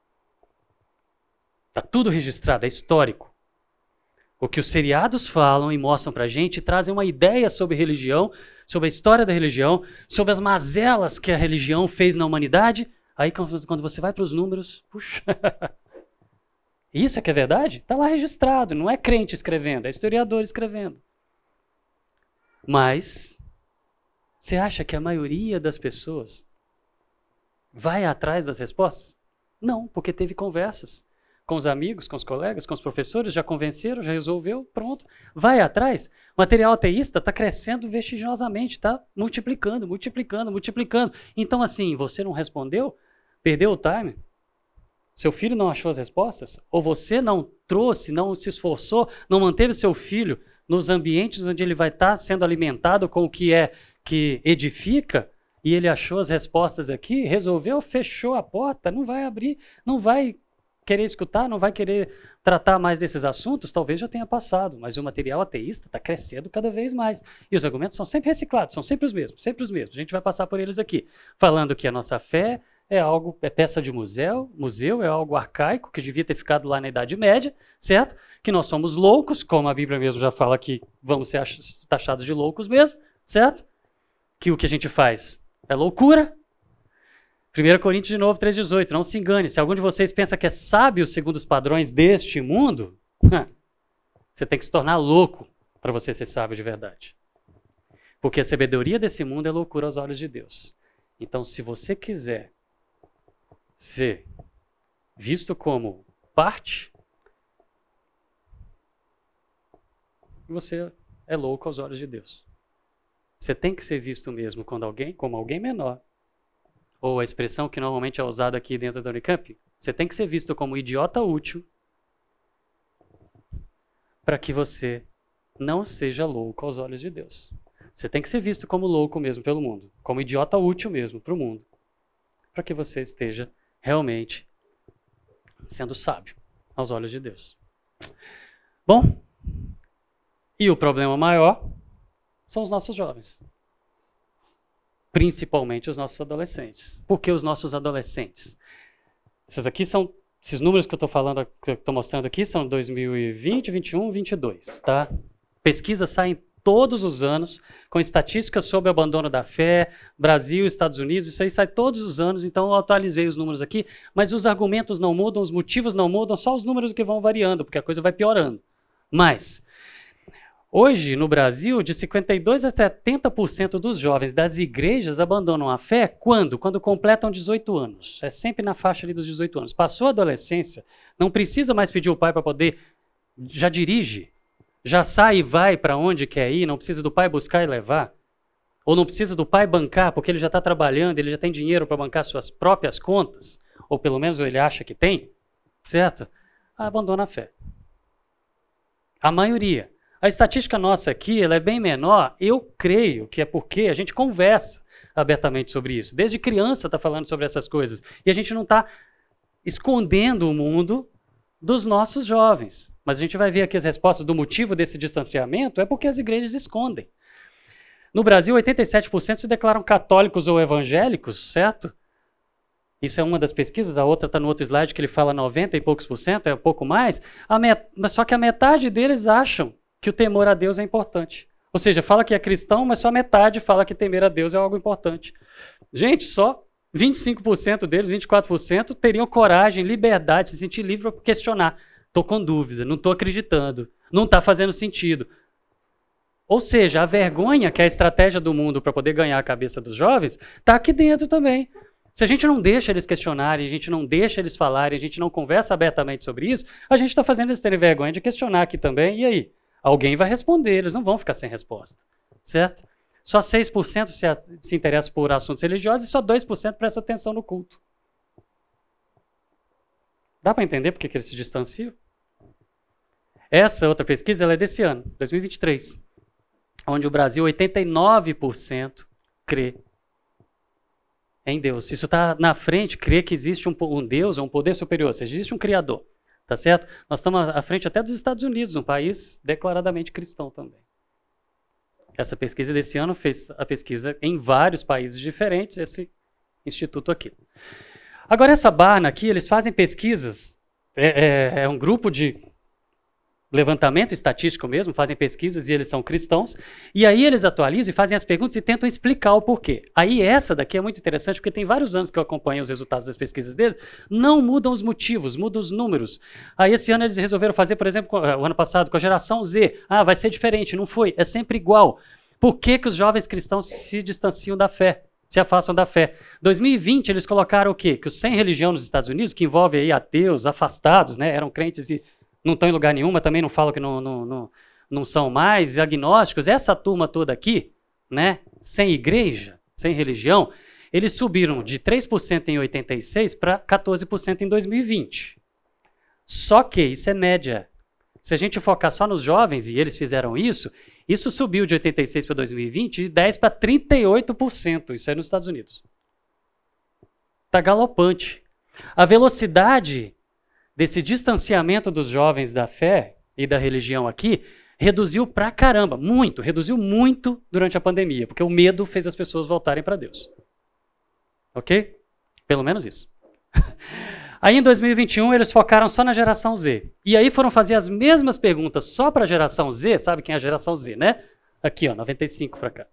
Está tudo registrado, é histórico. O que os seriados falam e mostram para a gente trazem uma ideia sobre religião, sobre a história da religião, sobre as mazelas que a religião fez na humanidade. Aí quando você vai para os números, puxa, isso é que é verdade? Está lá registrado, não é crente escrevendo, é historiador escrevendo. Mas, você acha que a maioria das pessoas vai atrás das respostas? Não, porque teve conversas com os amigos, com os colegas, com os professores, já convenceram, já resolveu, pronto. Vai atrás. O material ateísta está crescendo vertiginosamente, está multiplicando. Então, assim, você não respondeu, perdeu o time, seu filho não achou as respostas, ou você não trouxe, não se esforçou, não manteve seu filho nos ambientes onde ele vai estar sendo alimentado com o que é que edifica, e ele achou as respostas aqui, resolveu, fechou a porta, não vai abrir, não vai querer escutar, não vai querer tratar mais desses assuntos, talvez já tenha passado, mas o material ateísta está crescendo cada vez mais. E os argumentos são sempre reciclados, são sempre os mesmos, sempre os mesmos. A gente vai passar por eles aqui, falando que a nossa fé é peça de museu é algo arcaico, que devia ter ficado lá na Idade Média, certo? Que nós somos loucos, como a Bíblia mesmo já fala que vamos ser taxados de loucos mesmo, certo? Que o que a gente faz é loucura. 1 Coríntios, de novo, 3,18. Não se engane, se algum de vocês pensa que é sábio segundo os padrões deste mundo, você tem que se tornar louco para você ser sábio de verdade. Porque a sabedoria desse mundo é loucura aos olhos de Deus. Então, se você quiser ser visto como parte, você é louco aos olhos de Deus. Você tem que ser visto mesmo como alguém menor. Ou a expressão que normalmente é usada aqui dentro da Unicamp, você tem que ser visto como idiota útil para que você não seja louco aos olhos de Deus. Você tem que ser visto como louco mesmo pelo mundo, como idiota útil mesmo para o mundo, para que você esteja realmente sendo sábio aos olhos de Deus. Bom, e o problema maior são os nossos jovens. Principalmente os nossos adolescentes. Por que os nossos adolescentes? Esses números que eu estou mostrando aqui são 2020, 21, 22, tá? Pesquisas saem todos os anos com estatísticas sobre o abandono da fé, Brasil, Estados Unidos, isso aí sai todos os anos, então eu atualizei os números aqui, mas os argumentos não mudam, os motivos não mudam, só os números que vão variando, porque a coisa vai piorando. Mas hoje, no Brasil, de 52% a 70% dos jovens das igrejas abandonam a fé quando? Quando completam 18 anos. É sempre na faixa ali dos 18 anos. Passou a adolescência, não precisa mais pedir o pai para poder, já dirige, já sai e vai para onde quer ir, não precisa do pai buscar e levar. Ou não precisa do pai bancar, porque ele já está trabalhando, ele já tem dinheiro para bancar suas próprias contas, ou pelo menos ele acha que tem, certo? Abandona a fé. A maioria. A estatística nossa aqui, ela é bem menor, eu creio que é porque a gente conversa abertamente sobre isso. Desde criança está falando sobre essas coisas. E a gente não está escondendo o mundo dos nossos jovens. Mas a gente vai ver aqui as respostas do motivo desse distanciamento, é porque as igrejas escondem. No Brasil, 87% se declaram católicos ou evangélicos, certo? Isso é uma das pesquisas, a outra está no outro slide que ele fala 90 e poucos por cento, é um pouco mais. Mas só que a metade deles acham que o temor a Deus é importante. Ou seja, fala que é cristão, mas só metade fala que temer a Deus é algo importante. Gente, só 25% deles, 24% teriam coragem, liberdade, se sentir livre para questionar. Estou com dúvida, não estou acreditando, não está fazendo sentido. Ou seja, a vergonha, que é a estratégia do mundo para poder ganhar a cabeça dos jovens, está aqui dentro também. Se a gente não deixa eles questionarem, a gente não deixa eles falarem, a gente não conversa abertamente sobre isso, a gente está fazendo eles terem vergonha de questionar aqui também. E aí? Alguém vai responder, eles não vão ficar sem resposta, certo? Só 6% se interessa por assuntos religiosos e só 2% presta atenção no culto. Dá para entender por que eles se distanciam? Essa outra pesquisa ela é desse ano, 2023, onde o Brasil, 89% crê em Deus. Isso está na frente, crê que existe um Deus, um poder superior, ou seja, existe um Criador. Tá certo? Nós estamos à frente até dos Estados Unidos, um país declaradamente cristão também. Essa pesquisa desse ano fez a pesquisa em vários países diferentes, esse instituto aqui. Agora, essa Barna aqui, eles fazem pesquisas, é um grupo de levantamento estatístico mesmo, fazem pesquisas e eles são cristãos, e aí eles atualizam e fazem as perguntas e tentam explicar o porquê. Aí essa daqui é muito interessante, porque tem vários anos que eu acompanho os resultados das pesquisas deles, não mudam os motivos, mudam os números. Aí esse ano eles resolveram fazer, por exemplo, o ano passado, com a geração Z. Ah, vai ser diferente, não foi, é sempre igual. Por que os jovens cristãos se distanciam da fé, se afastam da fé? 2020 eles colocaram o quê? Que os sem religião nos Estados Unidos, que envolve aí ateus, afastados, né, eram crentes e não estão em lugar nenhum, mas também não falam que não são mais, agnósticos, essa turma toda aqui, né, sem igreja, sem religião, eles subiram de 3% em 86 para 14% em 2020. Só que isso é média. Se a gente focar só nos jovens, e eles fizeram isso subiu de 86 para 2020 de 10 para 38%, isso é nos Estados Unidos. Está galopante. A velocidade desse distanciamento dos jovens da fé e da religião aqui, reduziu pra caramba, reduziu muito durante a pandemia, porque o medo fez as pessoas voltarem para Deus. Ok? Pelo menos isso. Aí em 2021 eles focaram só na geração Z. E aí foram fazer as mesmas perguntas só para a geração Z, sabe quem é a geração Z, né? Aqui, ó, 95 para cá.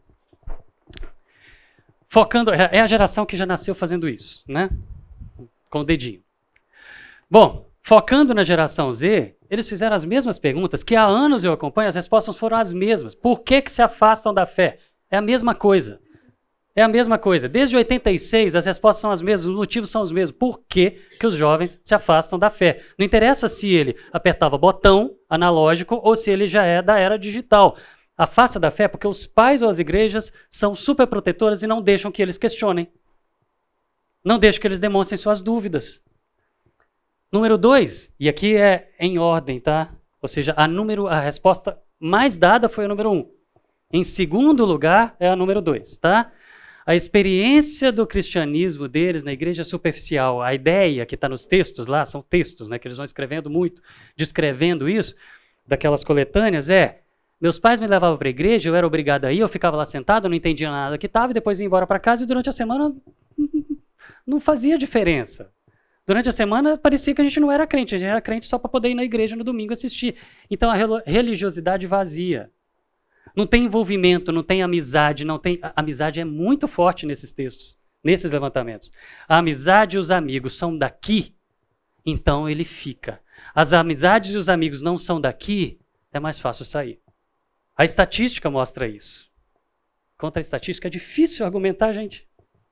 Focando, é a geração que já nasceu fazendo isso, né? Com o dedinho. Bom, focando na geração Z, eles fizeram as mesmas perguntas que há anos eu acompanho, as respostas foram as mesmas. Por que se afastam da fé? É a mesma coisa. É a mesma coisa. Desde 86, as respostas são as mesmas, os motivos são os mesmos. Por que que os jovens se afastam da fé? Não interessa se ele apertava botão analógico ou se ele já é da era digital. Afasta da fé porque os pais ou as igrejas são superprotetoras e não deixam que eles questionem. Não deixam que eles demonstrem suas dúvidas. Número 2, e aqui é em ordem, tá? Ou seja, a resposta mais dada foi a número 1. Em segundo lugar é a número 2, tá? A experiência do cristianismo deles na igreja é superficial. A ideia que está nos textos lá, são textos, né, que eles vão escrevendo muito, descrevendo isso, daquelas coletâneas, meus pais me levavam para a igreja, eu era obrigado a ir, eu ficava lá sentado, não entendia nada que estava, e depois ia embora para casa, e durante a semana não fazia diferença. Durante a semana parecia que a gente não era crente, a gente era crente só para poder ir na igreja no domingo assistir. Então a religiosidade vazia. Não tem envolvimento, não tem amizade, não tem... A amizade é muito forte nesses textos, nesses levantamentos. A amizade e os amigos são daqui, então ele fica. As amizades e os amigos não são daqui, é mais fácil sair. A estatística mostra isso. Contra a estatística é difícil argumentar, gente.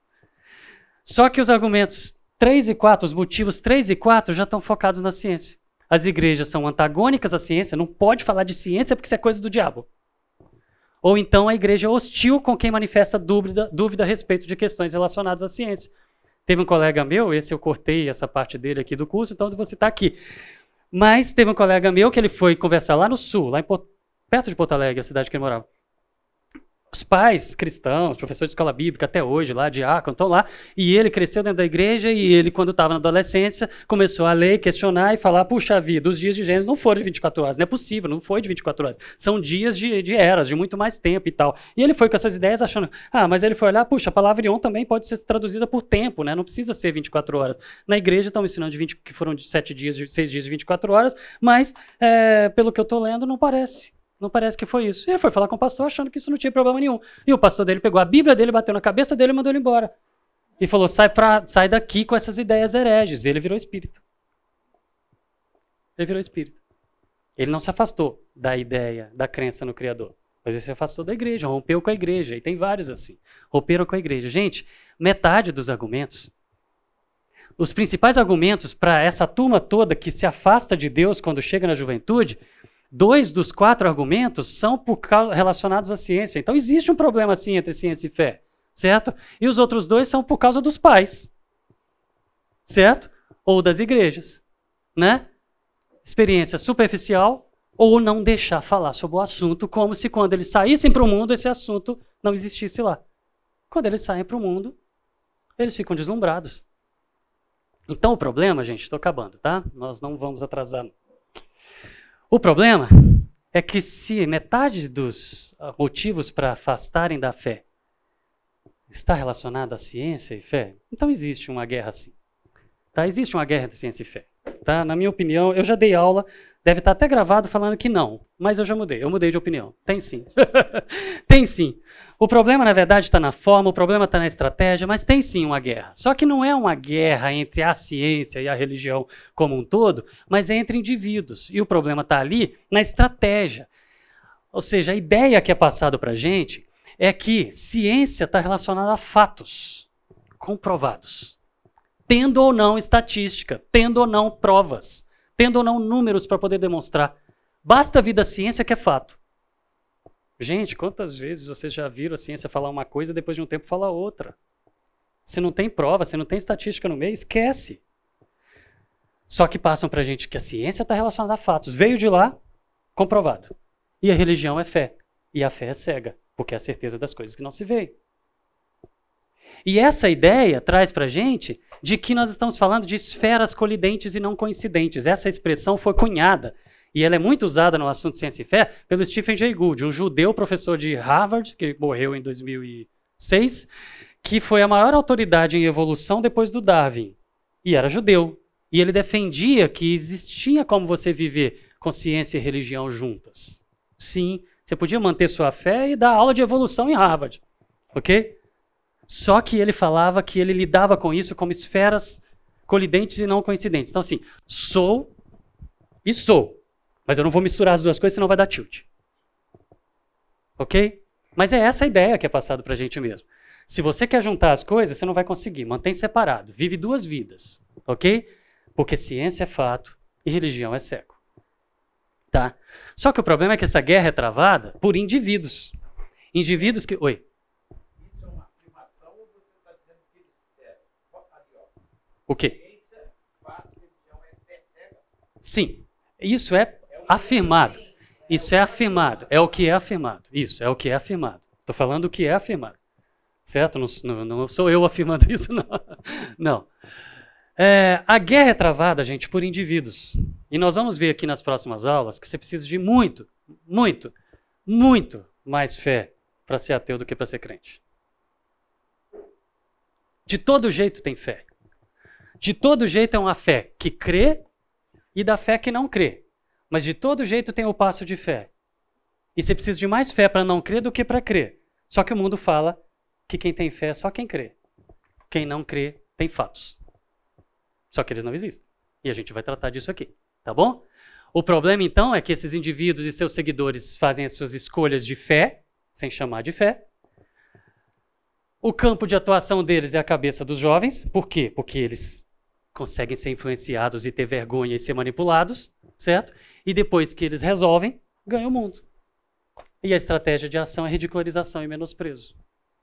Só que os argumentos 3 e 4, os motivos 3 e 4 já estão focados na ciência. As igrejas são antagônicas à ciência, não pode falar de ciência porque isso é coisa do diabo. Ou então a igreja é hostil com quem manifesta dúvida a respeito de questões relacionadas à ciência. Teve um colega meu, esse eu cortei essa parte dele aqui do curso, então você está aqui. Mas teve um colega meu que ele foi conversar lá no sul, perto de Porto Alegre, a cidade que ele morava. Os pais cristãos, professores de escola bíblica até hoje, lá, diácono, estão lá, e ele cresceu dentro da igreja, e ele, quando estava na adolescência, começou a ler, questionar e falar, puxa vida, os dias de Gênesis não foram de 24 horas, não é possível, não foi de 24 horas, são dias de eras, de muito mais tempo e tal. E ele foi com essas ideias achando, mas ele foi olhar, puxa, a palavra Ion também pode ser traduzida por tempo, né? Não precisa ser 24 horas. Na igreja estão ensinando que foram de 7 dias, de 6 dias de 24 horas, mas, pelo que eu estou lendo, não parece. Não parece que foi isso. E ele foi falar com o pastor achando que isso não tinha problema nenhum. E o pastor dele pegou a Bíblia dele, bateu na cabeça dele e mandou ele embora. E falou, sai daqui com essas ideias hereges. E ele virou espírita. Ele virou espírita. Ele não se afastou da ideia, da crença no Criador. Mas ele se afastou da igreja, rompeu com a igreja. E tem vários assim. Romperam com a igreja. Gente, metade dos argumentos, os principais argumentos para essa turma toda que se afasta de Deus quando chega na juventude, 2 dos 4 argumentos são relacionados à ciência. Então existe um problema assim entre ciência e fé, certo? E os outros 2 são por causa dos pais, certo? Ou das igrejas, né? Experiência superficial ou não deixar falar sobre o assunto, como se quando eles saíssem para o mundo esse assunto não existisse lá. Quando eles saem para o mundo, eles ficam deslumbrados. Então o problema, gente, estou acabando, tá? Nós não vamos atrasar. O problema é que se metade dos motivos para afastarem da fé está relacionado à ciência e fé, então existe uma guerra assim. Tá? Existe uma guerra de ciência e fé. Tá? Na minha opinião, eu já dei aula, deve estar até gravado falando que não, mas eu mudei de opinião. Tem sim. Tem sim. O problema, na verdade, está na forma, o problema está na estratégia, mas tem sim uma guerra. Só que não é uma guerra entre a ciência e a religião como um todo, mas é entre indivíduos. E o problema está ali na estratégia. Ou seja, a ideia que é passada para a gente é que ciência está relacionada a fatos comprovados, tendo ou não estatística, tendo ou não provas, tendo ou não números para poder demonstrar. Basta vir da ciência que é fato. Gente, quantas vezes vocês já viram a ciência falar uma coisa e depois de um tempo falar outra? Se não tem prova, se não tem estatística no meio, esquece. Só que passam para a gente que a ciência está relacionada a fatos. Veio de lá, comprovado. E a religião é fé. E a fé é cega, porque é a certeza das coisas que não se veem. E essa ideia traz para a gente de que nós estamos falando de esferas colidentes e não coincidentes. Essa expressão foi cunhada, e ela é muito usada no assunto ciência e fé, pelo Stephen Jay Gould, um judeu professor de Harvard, que morreu em 2006, que foi a maior autoridade em evolução depois do Darwin. E era judeu. E ele defendia que existia como você viver com ciência e religião juntas. Sim, você podia manter sua fé e dar aula de evolução em Harvard. Ok? Só que ele falava que ele lidava com isso como esferas colidentes e não coincidentes. Então, assim, sou e sou. Mas eu não vou misturar as duas coisas, senão vai dar tilt. Ok? Mas é essa a ideia que é passada pra gente mesmo. Se você quer juntar as coisas, você não vai conseguir. Mantém separado. Vive duas vidas, ok? Porque ciência é fato e religião é cego. Tá? Só que o problema é que essa guerra é travada por indivíduos. Indivíduos que... Oi. Isso é uma afirmação ou você está dizendo que eles disseram? Ali, ó. O quê? Ciência, fato, religião é fé cega? Sim. Isso é afirmado. Isso é afirmado. É o que é afirmado. Isso, é o que é afirmado. Estou falando o que é afirmado. Certo? Não sou eu afirmando isso, não. Não. A guerra é travada, gente, por indivíduos. E nós vamos ver aqui nas próximas aulas que você precisa de muito, muito, muito mais fé para ser ateu do que para ser crente. De todo jeito tem fé. De todo jeito é uma fé que crê e da fé que não crê. Mas de todo jeito tem o passo de fé. E você precisa de mais fé para não crer do que para crer. Só que o mundo fala que quem tem fé é só quem crê. Quem não crê tem fatos. Só que eles não existem. E a gente vai tratar disso aqui, tá bom? O problema, então, é que esses indivíduos e seus seguidores fazem as suas escolhas de fé, sem chamar de fé. O campo de atuação deles é a cabeça dos jovens. Por quê? Porque eles conseguem ser influenciados e ter vergonha e ser manipulados, certo? E depois que eles resolvem, ganham o mundo. E a estratégia de ação é ridicularização e menosprezo.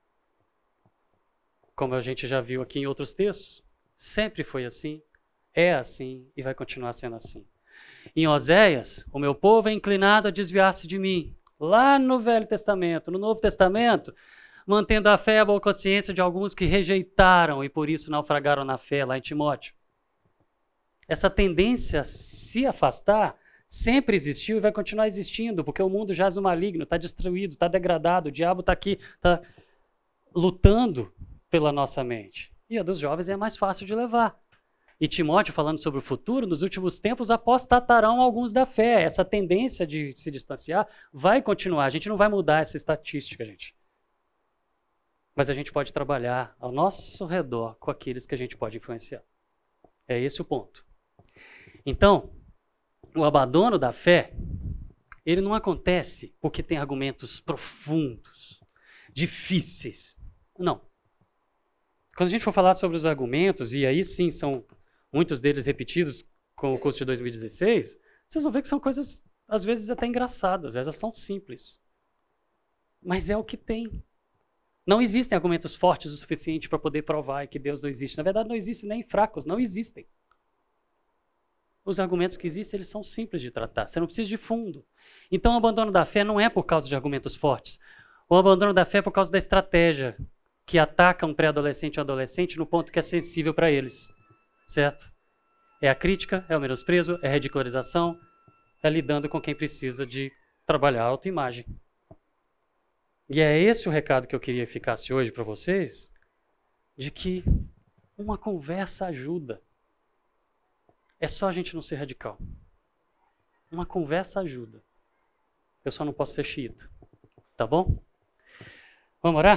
Como a gente já viu aqui em outros textos, sempre foi assim, é assim e vai continuar sendo assim. Em Oséias, o meu povo é inclinado a desviar-se de mim. Lá no Velho Testamento, no Novo Testamento, mantendo a fé e a boa consciência de alguns que rejeitaram e por isso naufragaram na fé, lá em Timóteo. Essa tendência a se afastar sempre existiu e vai continuar existindo, porque o mundo jaz no maligno, está destruído, está degradado, o diabo está aqui, está lutando pela nossa mente. E a dos jovens é mais fácil de levar. E Timóteo, falando sobre o futuro, nos últimos tempos apostatarão alguns da fé. Essa tendência de se distanciar vai continuar. A gente não vai mudar essa estatística, gente. Mas a gente pode trabalhar ao nosso redor com aqueles que a gente pode influenciar. É esse o ponto. Então, o abandono da fé, ele não acontece porque tem argumentos profundos, difíceis. Não. Quando a gente for falar sobre os argumentos, e aí sim são muitos deles repetidos com o curso de 2016, vocês vão ver que são coisas, às vezes, até engraçadas, elas são simples. Mas é o que tem. Não existem argumentos fortes o suficiente para poder provar que Deus não existe. Na verdade, não existem nem fracos, não existem. Os argumentos que existem, eles são simples de tratar. Você não precisa de fundo. Então, o abandono da fé não é por causa de argumentos fortes. O abandono da fé é por causa da estratégia que ataca um pré-adolescente ou adolescente no ponto que é sensível para eles. Certo? É a crítica, é o menosprezo, é a ridicularização, é lidando com quem precisa de trabalhar a autoimagem. E é esse o recado que eu queria que ficasse hoje para vocês, de que uma conversa ajuda. É só a gente não ser radical. Uma conversa ajuda. Eu só não posso ser xiita. Tá bom? Vamos orar?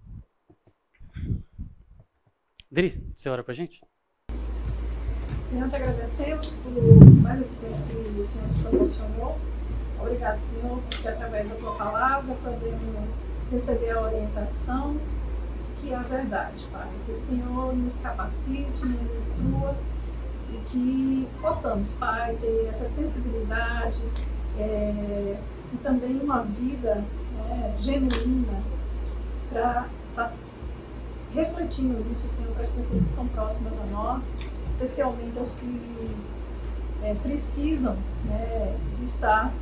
Dri, você ora pra gente? Senhor, te agradecemos por mais esse tempo que o Senhor nos proporcionou. Obrigado, Senhor, porque através da tua palavra podemos receber a orientação que é a verdade, Pai. Que o Senhor nos capacite, nos instrua e que possamos, Pai, ter essa sensibilidade e também uma vida genuína para refletindo nisso, Senhor, para as pessoas que estão próximas a nós, especialmente aos que precisam de estar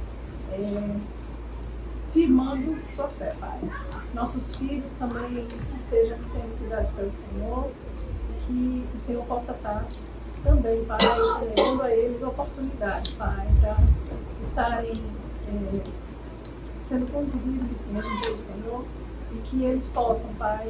firmando sua fé, Pai. Nossos filhos também estejam sendo cuidados pelo Senhor, que o Senhor possa estar também, Pai, dando a eles a oportunidade, Pai, para estarem sendo conduzidos mesmo pelo Senhor e que eles possam, Pai,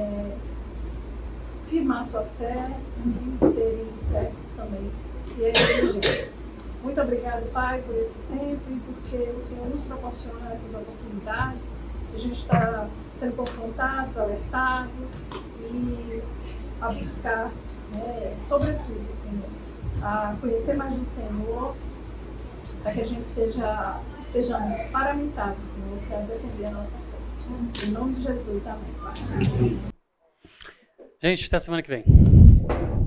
firmar sua fé e serem certos também, fiéis e diligentes. Muito obrigado, Pai, por esse tempo e porque o Senhor nos proporciona essas oportunidades. A gente está sendo confrontados, alertados e a buscar, sobretudo, Senhor, a conhecer mais do Senhor, para que a gente estejamos paramentados, Senhor, para defender a nossa fé. Em nome de Jesus, amém, Pai. Gente, até semana que vem.